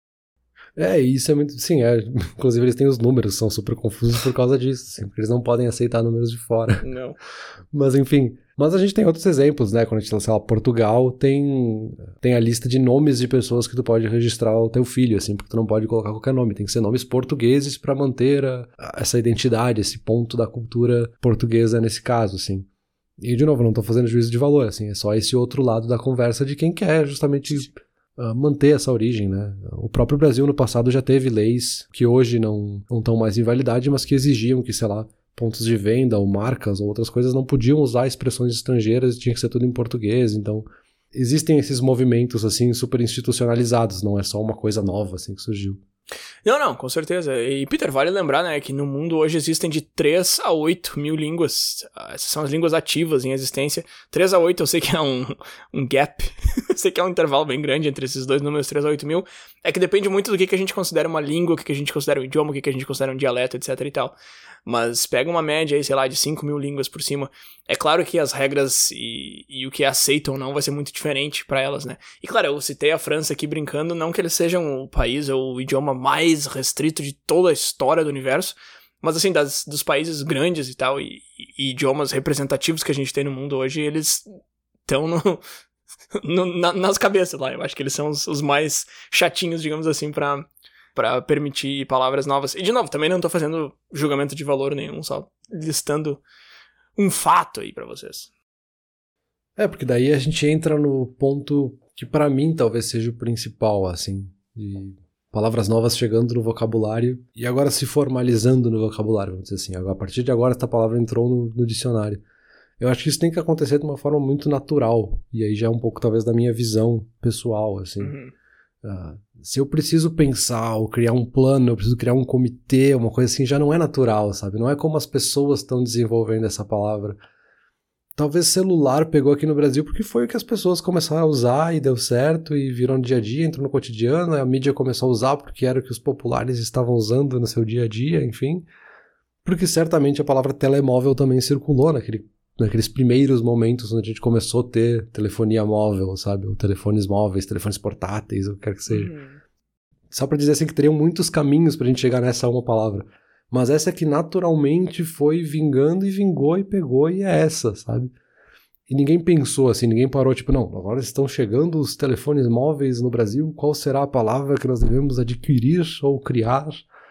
Isso é muito... Sim, inclusive eles têm os números, são super confusos por causa disso, assim, porque eles não podem aceitar números de fora. Não. Mas enfim... Mas a gente tem outros exemplos, né? Quando a gente, sei lá, Portugal tem a lista de nomes de pessoas que tu pode registrar o teu filho, assim, porque tu não pode colocar qualquer nome. Tem que ser nomes portugueses pra manter essa identidade, esse ponto da cultura portuguesa nesse caso, assim. E, de novo, não tô fazendo juízo de valor, assim, é só esse outro lado da conversa de quem quer justamente manter essa origem, né? O próprio Brasil no passado já teve leis que hoje não estão mais em validade, mas que exigiam que, sei lá, pontos de venda ou marcas ou outras coisas não podiam usar expressões estrangeiras, tinha que ser tudo em português. Então existem esses movimentos assim super institucionalizados, não é só uma coisa nova assim que surgiu. Não, com certeza. E, Peter, vale lembrar, né, que no mundo hoje existem de 3 a 8 mil línguas. Essas são as línguas ativas em existência. 3 a 8 eu sei que é um gap. Eu sei que é um intervalo bem grande entre esses dois números, 3 a 8 mil. É que depende muito do que a gente considera uma língua, o que a gente considera um idioma, o que a gente considera um dialeto, etc e tal. Mas pega uma média aí, sei lá, de 5 mil línguas por cima. É claro que as regras e o que é aceito ou não vai ser muito diferente pra elas, né? E claro, eu citei a França aqui brincando, não que eles sejam o país ou o idioma mais restrito de toda a história do universo, mas assim, dos países grandes e tal, e idiomas representativos que a gente tem no mundo hoje, eles estão nas cabeças lá. Eu acho que eles são os mais chatinhos, digamos assim, pra permitir palavras novas. E, de novo, também não tô fazendo julgamento de valor nenhum, só listando um fato aí pra vocês. Porque daí a gente entra no ponto que pra mim talvez seja o principal, assim, de palavras novas chegando no vocabulário e agora se formalizando no vocabulário, vamos dizer assim. A partir de agora essa palavra entrou no dicionário. Eu acho que isso tem que acontecer de uma forma muito natural, e aí já é um pouco talvez da minha visão pessoal, assim. Se eu preciso pensar ou criar um plano, eu preciso criar um comitê, uma coisa assim, já não é natural, sabe? Não é como as pessoas estão desenvolvendo essa palavra. Talvez celular pegou aqui no Brasil porque foi o que as pessoas começaram a usar e deu certo e virou no dia a dia, entrou no cotidiano, a mídia começou a usar porque era o que os populares estavam usando no seu dia a dia, enfim. Porque certamente a palavra telemóvel também circulou naqueles primeiros momentos onde a gente começou a ter telefonia móvel, sabe? Ou telefones móveis, telefones portáteis, o que quer que seja. Só pra dizer assim que teriam muitos caminhos pra gente chegar nessa uma palavra. Mas essa é que naturalmente foi vingando e vingou e pegou e é essa, sabe? E ninguém pensou assim, ninguém parou tipo, não, agora estão chegando os telefones móveis no Brasil, qual será a palavra que nós devemos adquirir ou criar?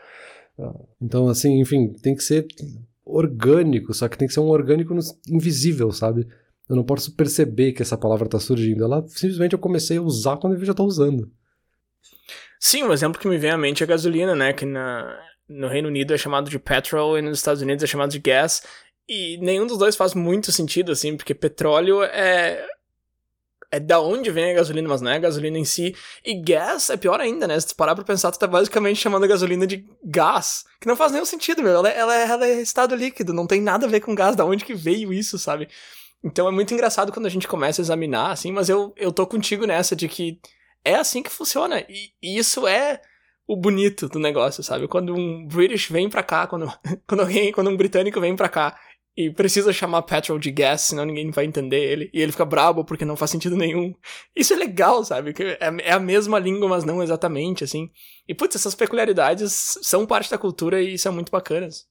Então assim, enfim, tem que ser orgânico, só que tem que ser um orgânico invisível, sabe? Eu não posso perceber que essa palavra tá surgindo, ela simplesmente eu comecei a usar quando eu já tô usando. Sim, um exemplo que me vem à mente é a gasolina, né, que no Reino Unido é chamado de petrol e nos Estados Unidos é chamado de gas, e nenhum dos dois faz muito sentido, assim, porque petróleo é da onde vem a gasolina, mas não é a gasolina em si. E gas é pior ainda, né? Se tu parar pra pensar, tu tá basicamente chamando a gasolina de gás, que não faz nenhum sentido, meu. Ela é estado líquido, não tem nada a ver com gás, da onde que veio isso, sabe? Então é muito engraçado quando a gente começa a examinar, assim, mas eu tô contigo nessa de que é assim que funciona. E isso é o bonito do negócio, sabe? Quando um British vem pra cá, quando um britânico vem pra cá e precisa chamar petrol de gas, senão ninguém vai entender ele, e ele fica brabo porque não faz sentido nenhum. Isso é legal, sabe? É a mesma língua, mas não exatamente, assim. E, putz, essas peculiaridades são parte da cultura e são muito bacanas.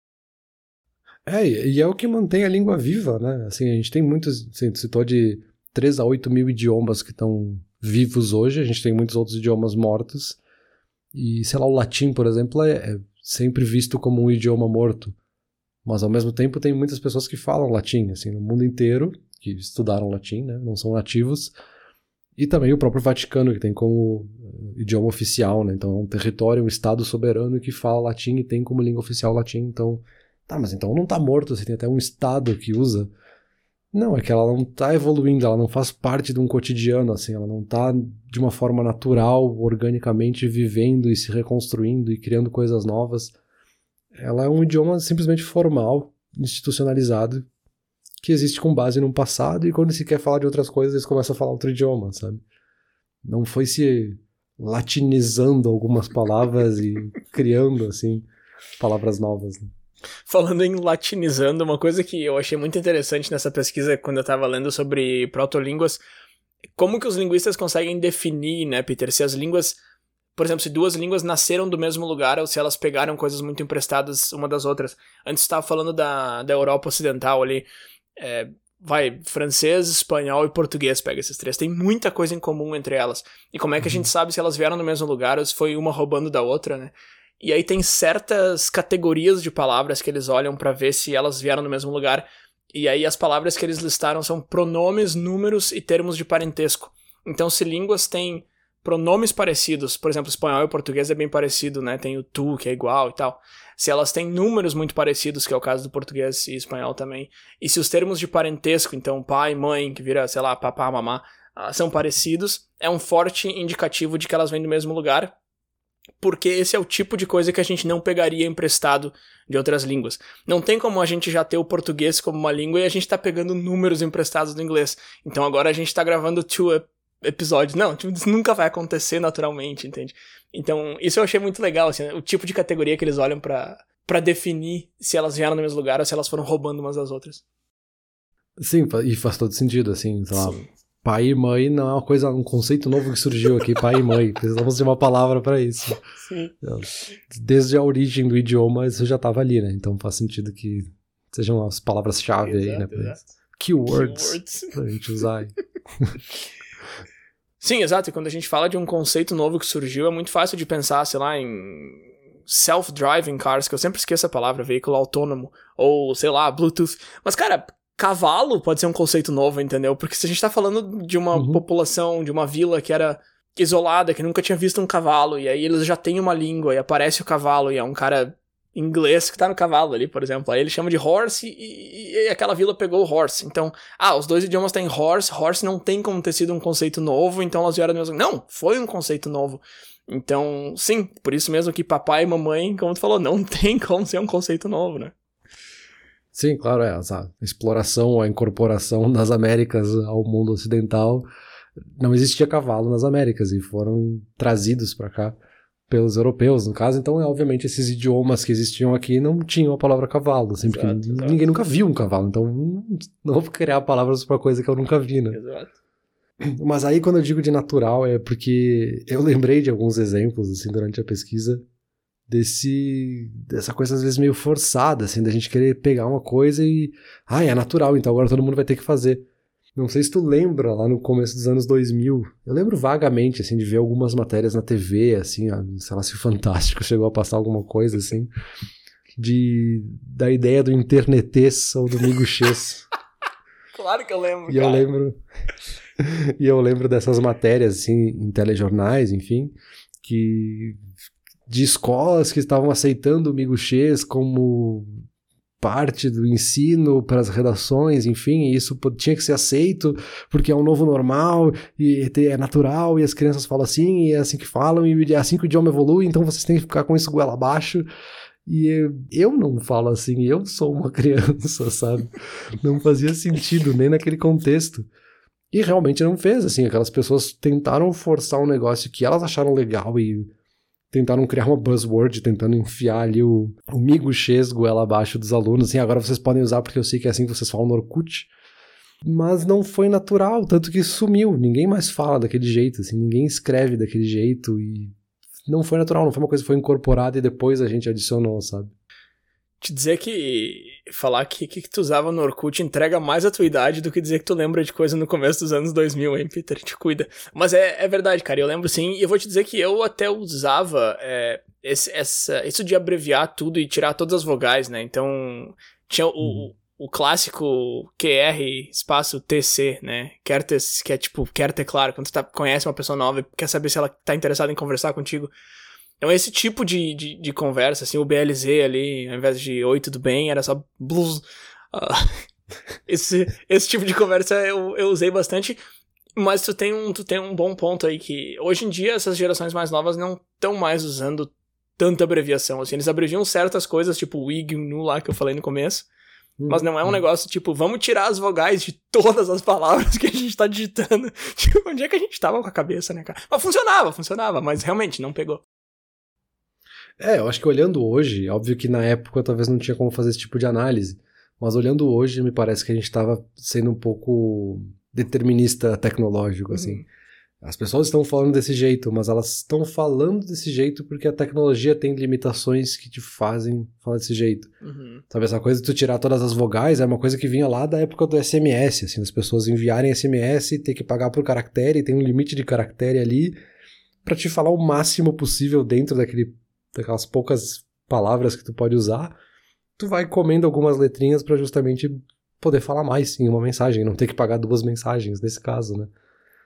E é o que mantém a língua viva, né? Assim, a gente tem muitos, assim, tu citou de 3 a 8 mil idiomas que estão vivos hoje, a gente tem muitos outros idiomas mortos, e, sei lá, o latim, por exemplo, é sempre visto como um idioma morto. Mas, ao mesmo tempo, tem muitas pessoas que falam latim, assim, no mundo inteiro, que estudaram latim, né, não são nativos, e também o próprio Vaticano, que tem como idioma oficial, né, então é um território, um estado soberano que fala latim e tem como língua oficial latim, então, mas então não tá morto, você tem até um estado que usa. Não, é que ela não tá evoluindo, ela não faz parte de um cotidiano, assim, ela não tá de uma forma natural, organicamente vivendo e se reconstruindo e criando coisas novas. Ela é um idioma simplesmente formal, institucionalizado, que existe com base num passado, e quando se quer falar de outras coisas, eles começam a falar outro idioma, sabe? Não foi se latinizando algumas palavras e criando, assim, palavras novas, né? Falando em latinizando, uma coisa que eu achei muito interessante nessa pesquisa, quando eu tava lendo sobre protolínguas, como que os linguistas conseguem definir, né, Peter, se as línguas... Por exemplo, se duas línguas nasceram do mesmo lugar ou se elas pegaram coisas muito emprestadas uma das outras. Antes você estava falando da Europa Ocidental ali. Francês, espanhol e português, pega esses três. Tem muita coisa em comum entre elas. E como é que a gente sabe se elas vieram do mesmo lugar ou se foi uma roubando da outra, né? E aí tem certas categorias de palavras que eles olham para ver se elas vieram do mesmo lugar. E aí as palavras que eles listaram são pronomes, números e termos de parentesco. Então se línguas têm pronomes parecidos, por exemplo, espanhol e português é bem parecido, né? Tem o tu, que é igual e tal. Se elas têm números muito parecidos, que é o caso do português e espanhol também, e se os termos de parentesco, então pai, mãe, que vira, sei lá, papá, mamá, são parecidos, é um forte indicativo de que elas vêm do mesmo lugar, porque esse é o tipo de coisa que a gente não pegaria emprestado de outras línguas. Não tem como a gente já ter o português como uma língua e a gente tá pegando números emprestados do inglês. Então agora a gente tá gravando episódios. Não, isso nunca vai acontecer naturalmente, entende? Então, isso eu achei muito legal, assim, o tipo de categoria que eles olham pra definir se elas vieram no mesmo lugar ou se elas foram roubando umas das outras. Sim, e faz todo sentido, assim, sei lá, pai e mãe não é uma coisa, um conceito novo que surgiu aqui, pai e mãe, precisamos de uma palavra pra isso. Sim. Desde a origem do idioma, isso já tava ali, né? Então faz sentido que sejam as palavras-chave aí, né? Keywords pra gente usar aí. Sim, exato, e quando a gente fala de um conceito novo que surgiu, é muito fácil de pensar, sei lá, em self-driving cars, que eu sempre esqueço a palavra, veículo autônomo, ou, sei lá, Bluetooth. Mas, cara, cavalo pode ser um conceito novo, entendeu? Porque se a gente tá falando de uma população, de uma vila que era isolada, que nunca tinha visto um cavalo, e aí eles já têm uma língua, e aparece o cavalo, e é um cara inglês que tá no cavalo ali, por exemplo. Aí ele chama de horse e aquela vila pegou o horse. Então, os dois idiomas têm horse não tem como ter sido um conceito novo, então elas vieram do mesmo... Não, foi um conceito novo. Então, sim, por isso mesmo que papai e mamãe, como tu falou, não tem como ser um conceito novo, né? Sim, claro, essa exploração, a incorporação das Américas ao mundo ocidental, não existia cavalo nas Américas e foram trazidos para cá pelos europeus, no caso. Então, obviamente, esses idiomas que existiam aqui não tinham a palavra cavalo, assim, porque ninguém nunca viu um cavalo, então não vou criar palavras para coisa que eu nunca vi, né? Exato. Mas aí, quando eu digo de natural, é porque eu lembrei de alguns exemplos, assim, durante a pesquisa, dessa coisa às vezes meio forçada, assim, da gente querer pegar uma coisa e... é natural, então agora todo mundo vai ter que fazer. Não sei se tu lembra, lá no começo dos anos 2000, eu lembro vagamente, assim, de ver algumas matérias na TV, assim, sei lá se o Fantástico chegou a passar alguma coisa, assim, da ideia do internetês ou do miguxês. Claro que eu lembro, e cara. Eu lembro dessas matérias, assim, em telejornais, enfim, de escolas que estavam aceitando o miguxês como parte do ensino para as redações, enfim, e isso tinha que ser aceito porque é um novo normal e é natural e as crianças falam assim e é assim que falam e é assim que o idioma evolui, então vocês têm que ficar com isso goela abaixo. E eu não falo assim, eu sou uma criança, sabe? Não fazia sentido nem naquele contexto. E realmente não fez, assim, aquelas pessoas tentaram forçar um negócio que elas acharam legal e tentaram criar uma buzzword, tentando enfiar ali o miguxesgo ela abaixo dos alunos, assim, agora vocês podem usar porque eu sei que é assim que vocês falam no Orkut. Mas não foi natural, tanto que sumiu, ninguém mais fala daquele jeito, assim, ninguém escreve daquele jeito e não foi natural, não foi uma coisa que foi incorporada e depois a gente adicionou, sabe? Te dizer que falar que tu usava no Orkut entrega mais a tua idade do que dizer que tu lembra de coisa no começo dos anos 2000, hein, Peter? Te cuida. Mas é verdade, cara, eu lembro sim, e eu vou te dizer que eu até usava isso de abreviar tudo e tirar todas as vogais, né? Então, tinha o clássico QR espaço TC, né? Que é tipo, quer ter claro, quando tu conhece uma pessoa nova e quer saber se ela tá interessada em conversar contigo. Então esse tipo de conversa, assim, o BLZ ali, ao invés de oi, tudo bem, era só blues. Esse tipo de conversa eu usei bastante, mas tu tem um bom ponto aí, que hoje em dia essas gerações mais novas não estão mais usando tanta abreviação, assim, eles abreviam certas coisas, tipo o IG, o NU lá que eu falei no começo, mas não é um negócio tipo, vamos tirar as vogais de todas as palavras que a gente tá digitando. Tipo, onde é que a gente tava com a cabeça, né, cara? Mas funcionava, mas realmente não pegou. Eu acho que olhando hoje, óbvio que na época talvez não tinha como fazer esse tipo de análise, mas olhando hoje me parece que a gente estava sendo um pouco determinista tecnológico, assim. As pessoas estão falando desse jeito, mas elas estão falando desse jeito porque a tecnologia tem limitações que te fazem falar desse jeito. Sabe, essa coisa de tu tirar todas as vogais é uma coisa que vinha lá da época do SMS, assim, das pessoas enviarem SMS, ter que pagar por caractere, tem um limite de caractere ali pra te falar o máximo possível dentro daquelas poucas palavras que tu pode usar, tu vai comendo algumas letrinhas pra justamente poder falar mais em uma mensagem, não ter que pagar 2 mensagens nesse caso, né?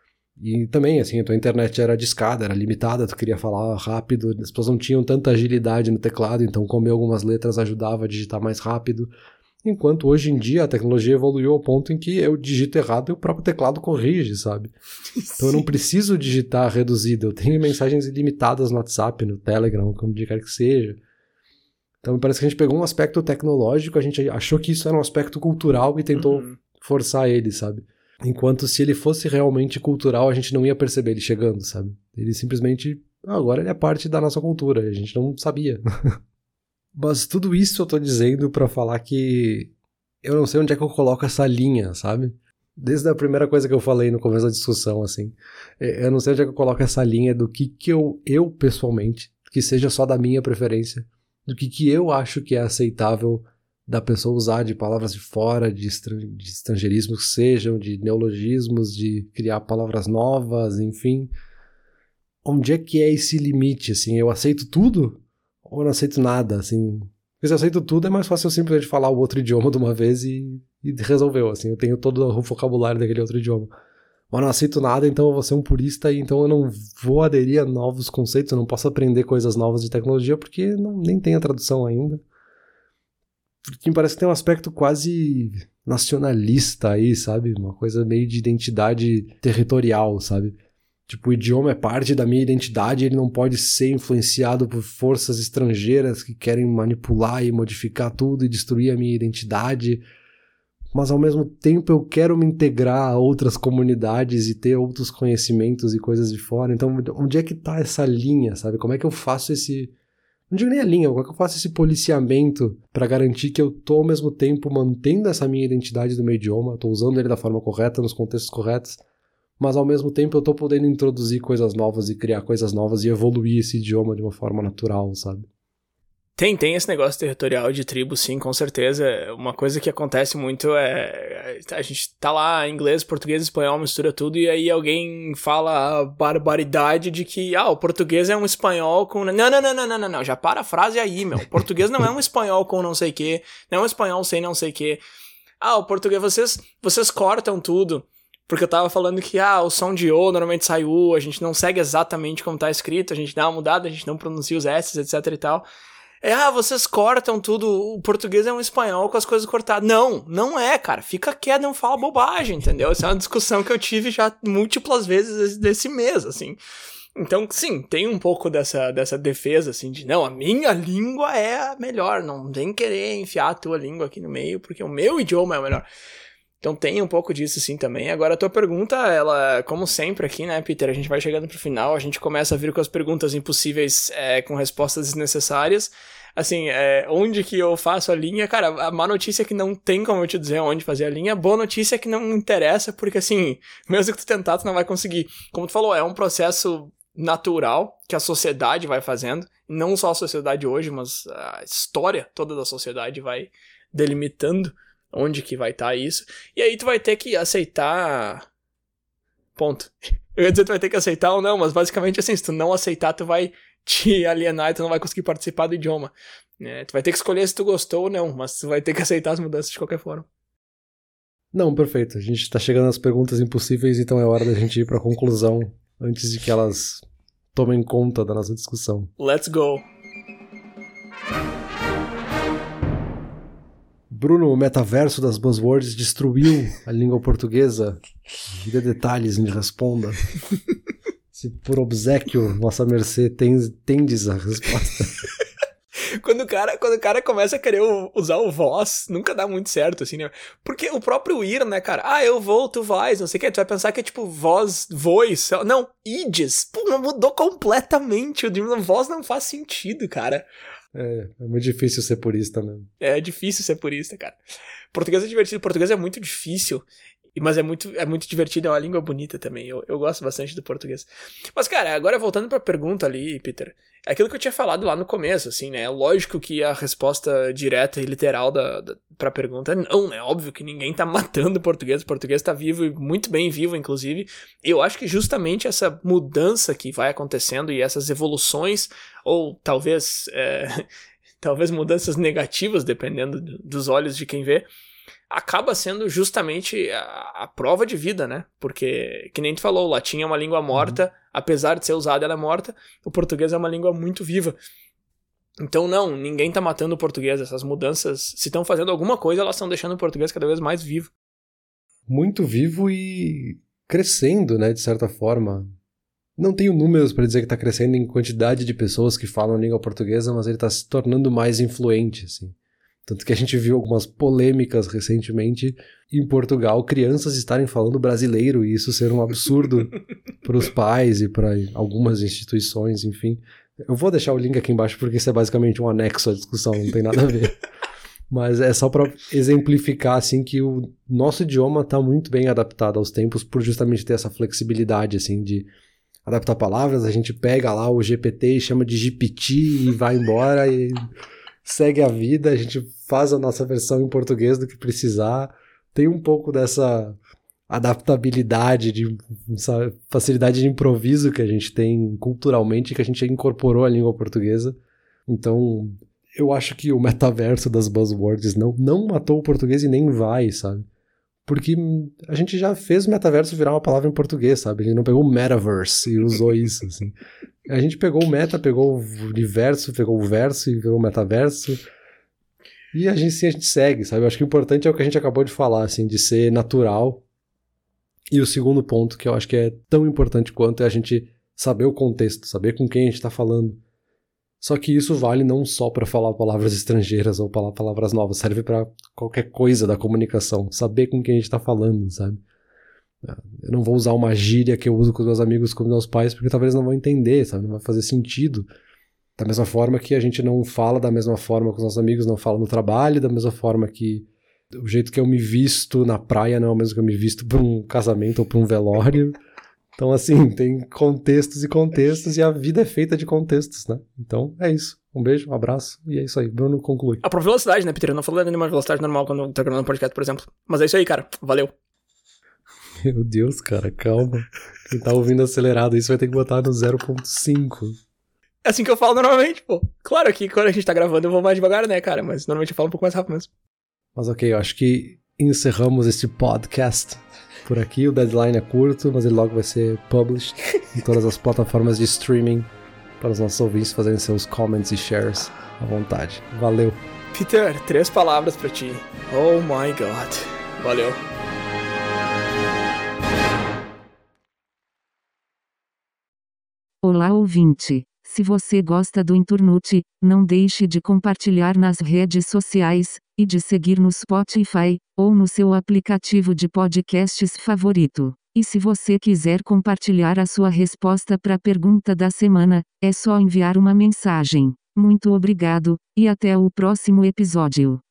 E também, assim, a tua internet era discada, era limitada, tu queria falar rápido, as pessoas não tinham tanta agilidade no teclado, então comer algumas letras ajudava a digitar mais rápido, enquanto hoje em dia a tecnologia evoluiu ao ponto em que eu digito errado e o próprio teclado corrige, sabe? Então eu não preciso digitar reduzido, eu tenho mensagens ilimitadas no WhatsApp, no Telegram, como quer que seja. Então me parece que a gente pegou um aspecto tecnológico, a gente achou que isso era um aspecto cultural e tentou forçar ele, sabe? Enquanto se ele fosse realmente cultural, a gente não ia perceber ele chegando, sabe? Ele simplesmente, agora ele é parte da nossa cultura, a gente não sabia. Mas tudo isso eu tô dizendo pra falar que eu não sei onde é que eu coloco essa linha, sabe? Desde a primeira coisa que eu falei no começo da discussão, assim. Eu não sei onde é que eu coloco essa linha do que eu pessoalmente, que seja só da minha preferência, do que eu acho que é aceitável da pessoa usar de palavras de fora, de estrangeirismos que sejam, de neologismos, de criar palavras novas, enfim. Onde é que é esse limite, assim? Eu aceito tudo? Ou eu não aceito nada, assim? Porque se eu aceito tudo, é mais fácil eu simplesmente falar o outro idioma de uma vez e resolveu, assim. Eu tenho todo o vocabulário daquele outro idioma. Mas não aceito nada, então eu vou ser um purista e então eu não vou aderir a novos conceitos, eu não posso aprender coisas novas de tecnologia porque nem tem a tradução ainda. Porque me parece que tem um aspecto quase nacionalista aí, sabe? Uma coisa meio de identidade territorial, sabe? Tipo, o idioma é parte da minha identidade, ele não pode ser influenciado por forças estrangeiras que querem manipular e modificar tudo e destruir a minha identidade. Mas ao mesmo tempo eu quero me integrar a outras comunidades e ter outros conhecimentos e coisas de fora. Então, onde é que tá essa linha, sabe? Como é que eu faço esse... Não digo nem a linha, como é que eu faço esse policiamento pra garantir que eu tô ao mesmo tempo mantendo essa minha identidade do meu idioma, tô usando ele da forma correta, nos contextos corretos, mas ao mesmo tempo eu tô podendo introduzir coisas novas e criar coisas novas e evoluir esse idioma de uma forma natural, sabe? Tem esse negócio territorial de tribo, sim, com certeza. Uma coisa que acontece muito é... A gente tá lá, inglês, português, espanhol, mistura tudo, e aí alguém fala a barbaridade de que, o português é um espanhol com... Não, já para a frase aí, meu. O português não é um espanhol com não sei o quê, não é um espanhol sem não sei o quê. O português, vocês cortam tudo. Porque eu tava falando que, o som de O normalmente sai U, a gente não segue exatamente como tá escrito, a gente dá uma mudada, a gente não pronuncia os S's, etc e tal. Vocês cortam tudo, o português é um espanhol com as coisas cortadas. Não é, cara, fica quieto, não fala bobagem, entendeu? Essa é uma discussão que eu tive já múltiplas vezes desse mês, assim. Então, sim, tem um pouco dessa defesa, assim, de não, a minha língua é a melhor, não tem querer enfiar a tua língua aqui no meio, porque o meu idioma é o melhor. Então tem um pouco disso sim também. Agora a tua pergunta, ela, como sempre aqui, né, Peter, a gente vai chegando pro final, a gente começa a vir com as perguntas impossíveis com respostas desnecessárias. Assim, onde que eu faço a linha? Cara, a má notícia é que não tem como eu te dizer onde fazer a linha. A boa notícia é que não interessa, porque assim, mesmo que tu tentar, tu não vai conseguir. Como tu falou, é um processo natural que a sociedade vai fazendo. Não só a sociedade hoje, mas a história toda da sociedade vai delimitando onde que vai estar isso. E aí tu vai ter que aceitar... Ponto. Eu ia dizer que tu vai ter que aceitar ou não, mas basicamente assim, se tu não aceitar, tu vai te alienar e tu não vai conseguir participar do idioma. Tu vai ter que escolher se tu gostou ou não, mas tu vai ter que aceitar as mudanças de qualquer forma. Não, perfeito. A gente tá chegando às perguntas impossíveis, então é hora da gente ir pra conclusão antes de que elas tomem conta da nossa discussão. Let's go! Bruno, o metaverso das buzzwords destruiu a língua portuguesa? Dê detalhes, me responda. Se por obséquio, nossa mercê, tendes a resposta. Quando o cara começa a querer usar o voz, nunca dá muito certo, assim, né? Porque o próprio ir, né, cara? Eu vou, tu vais, não sei o que. Tu vai pensar que é tipo voz, não, ides. Pô, mudou completamente. O voz não faz sentido, cara. É muito difícil ser purista mesmo. É difícil ser purista, cara. Português é divertido, português é muito difícil, mas é muito divertido, é uma língua bonita também. Eu gosto bastante do português. Mas, cara, agora voltando pra pergunta ali, Peter, é aquilo que eu tinha falado lá no começo, assim, né? É lógico que a resposta direta e literal pra pergunta é não, né? Óbvio que ninguém tá matando o português tá vivo e muito bem vivo, inclusive. E eu acho que justamente essa mudança que vai acontecendo e essas evoluções, ou talvez mudanças negativas, dependendo dos olhos de quem vê, acaba sendo justamente a prova de vida, né? Porque, que nem tu falou, o latim é uma língua morta, apesar de ser usada, ela é morta. O português é uma língua muito viva. Então, não, ninguém tá matando o português. Essas mudanças, se estão fazendo alguma coisa, elas estão deixando o português cada vez mais vivo. Muito vivo e crescendo, né, de certa forma. Não tenho números para dizer que tá crescendo em quantidade de pessoas que falam a língua portuguesa, mas ele tá se tornando mais influente, assim. Tanto que a gente viu algumas polêmicas recentemente em Portugal, crianças estarem falando brasileiro e isso ser um absurdo para os pais e para algumas instituições, enfim. Eu vou deixar o link aqui embaixo porque isso é basicamente um anexo à discussão, não tem nada a ver. Mas é só para exemplificar assim, que o nosso idioma está muito bem adaptado aos tempos por justamente ter essa flexibilidade assim, de adaptar palavras. A gente pega lá o GPT e chama de GPT e vai embora e segue a vida, a gente faz a nossa versão em português do que precisar. Tem um pouco dessa adaptabilidade, essa facilidade de improviso que a gente tem culturalmente, que a gente incorporou à língua portuguesa. Então, eu acho que o metaverso das buzzwords não matou o português e nem vai, sabe? Porque a gente já fez o metaverso virar uma palavra em português, sabe? A gente não pegou o metaverse e usou isso, assim. A gente pegou o meta, pegou o universo, pegou o verso e virou o metaverso. E a gente segue, sabe? Eu acho que o importante é o que a gente acabou de falar, assim, de ser natural. E o segundo ponto, que eu acho que é tão importante quanto, é a gente saber o contexto, saber com quem a gente tá falando. Só que isso vale não só para falar palavras estrangeiras ou falar palavras novas, serve para qualquer coisa da comunicação, saber com quem a gente tá falando, sabe? Eu não vou usar uma gíria que eu uso com os meus amigos, com os meus pais, porque talvez não vão entender, sabe? Não vai fazer sentido. Da mesma forma que a gente não fala da mesma forma com os nossos amigos, não fala no trabalho, da mesma forma que o jeito que eu me visto na praia não é o mesmo que eu me visto para um casamento ou para um velório. Então, assim, tem contextos e contextos, e a vida é feita de contextos, né? Então, é isso. Um beijo, um abraço, e é isso aí. Bruno, conclui. A própria velocidade, né, Peter? Eu não falei de nenhuma velocidade normal quando tá gravando um podcast, por exemplo. Mas é isso aí, cara. Valeu. Meu Deus, cara, calma. Quem tá ouvindo acelerado, isso vai ter que botar no 0.5. É assim que eu falo normalmente, pô. Claro que quando a gente tá gravando eu vou mais devagar, né, cara? Mas normalmente eu falo um pouco mais rápido mesmo. Mas ok, eu acho que encerramos este podcast por aqui. O deadline é curto, mas ele logo vai ser published em todas as plataformas de streaming para os nossos ouvintes fazerem seus comments e shares à vontade. Valeu. Peter, 3 palavras pra ti. Oh my God. Valeu. Olá, ouvinte. Se você gosta do Inturnute, não deixe de compartilhar nas redes sociais e de seguir no Spotify, ou no seu aplicativo de podcasts favorito. E se você quiser compartilhar a sua resposta para a pergunta da semana, é só enviar uma mensagem. Muito obrigado, e até o próximo episódio.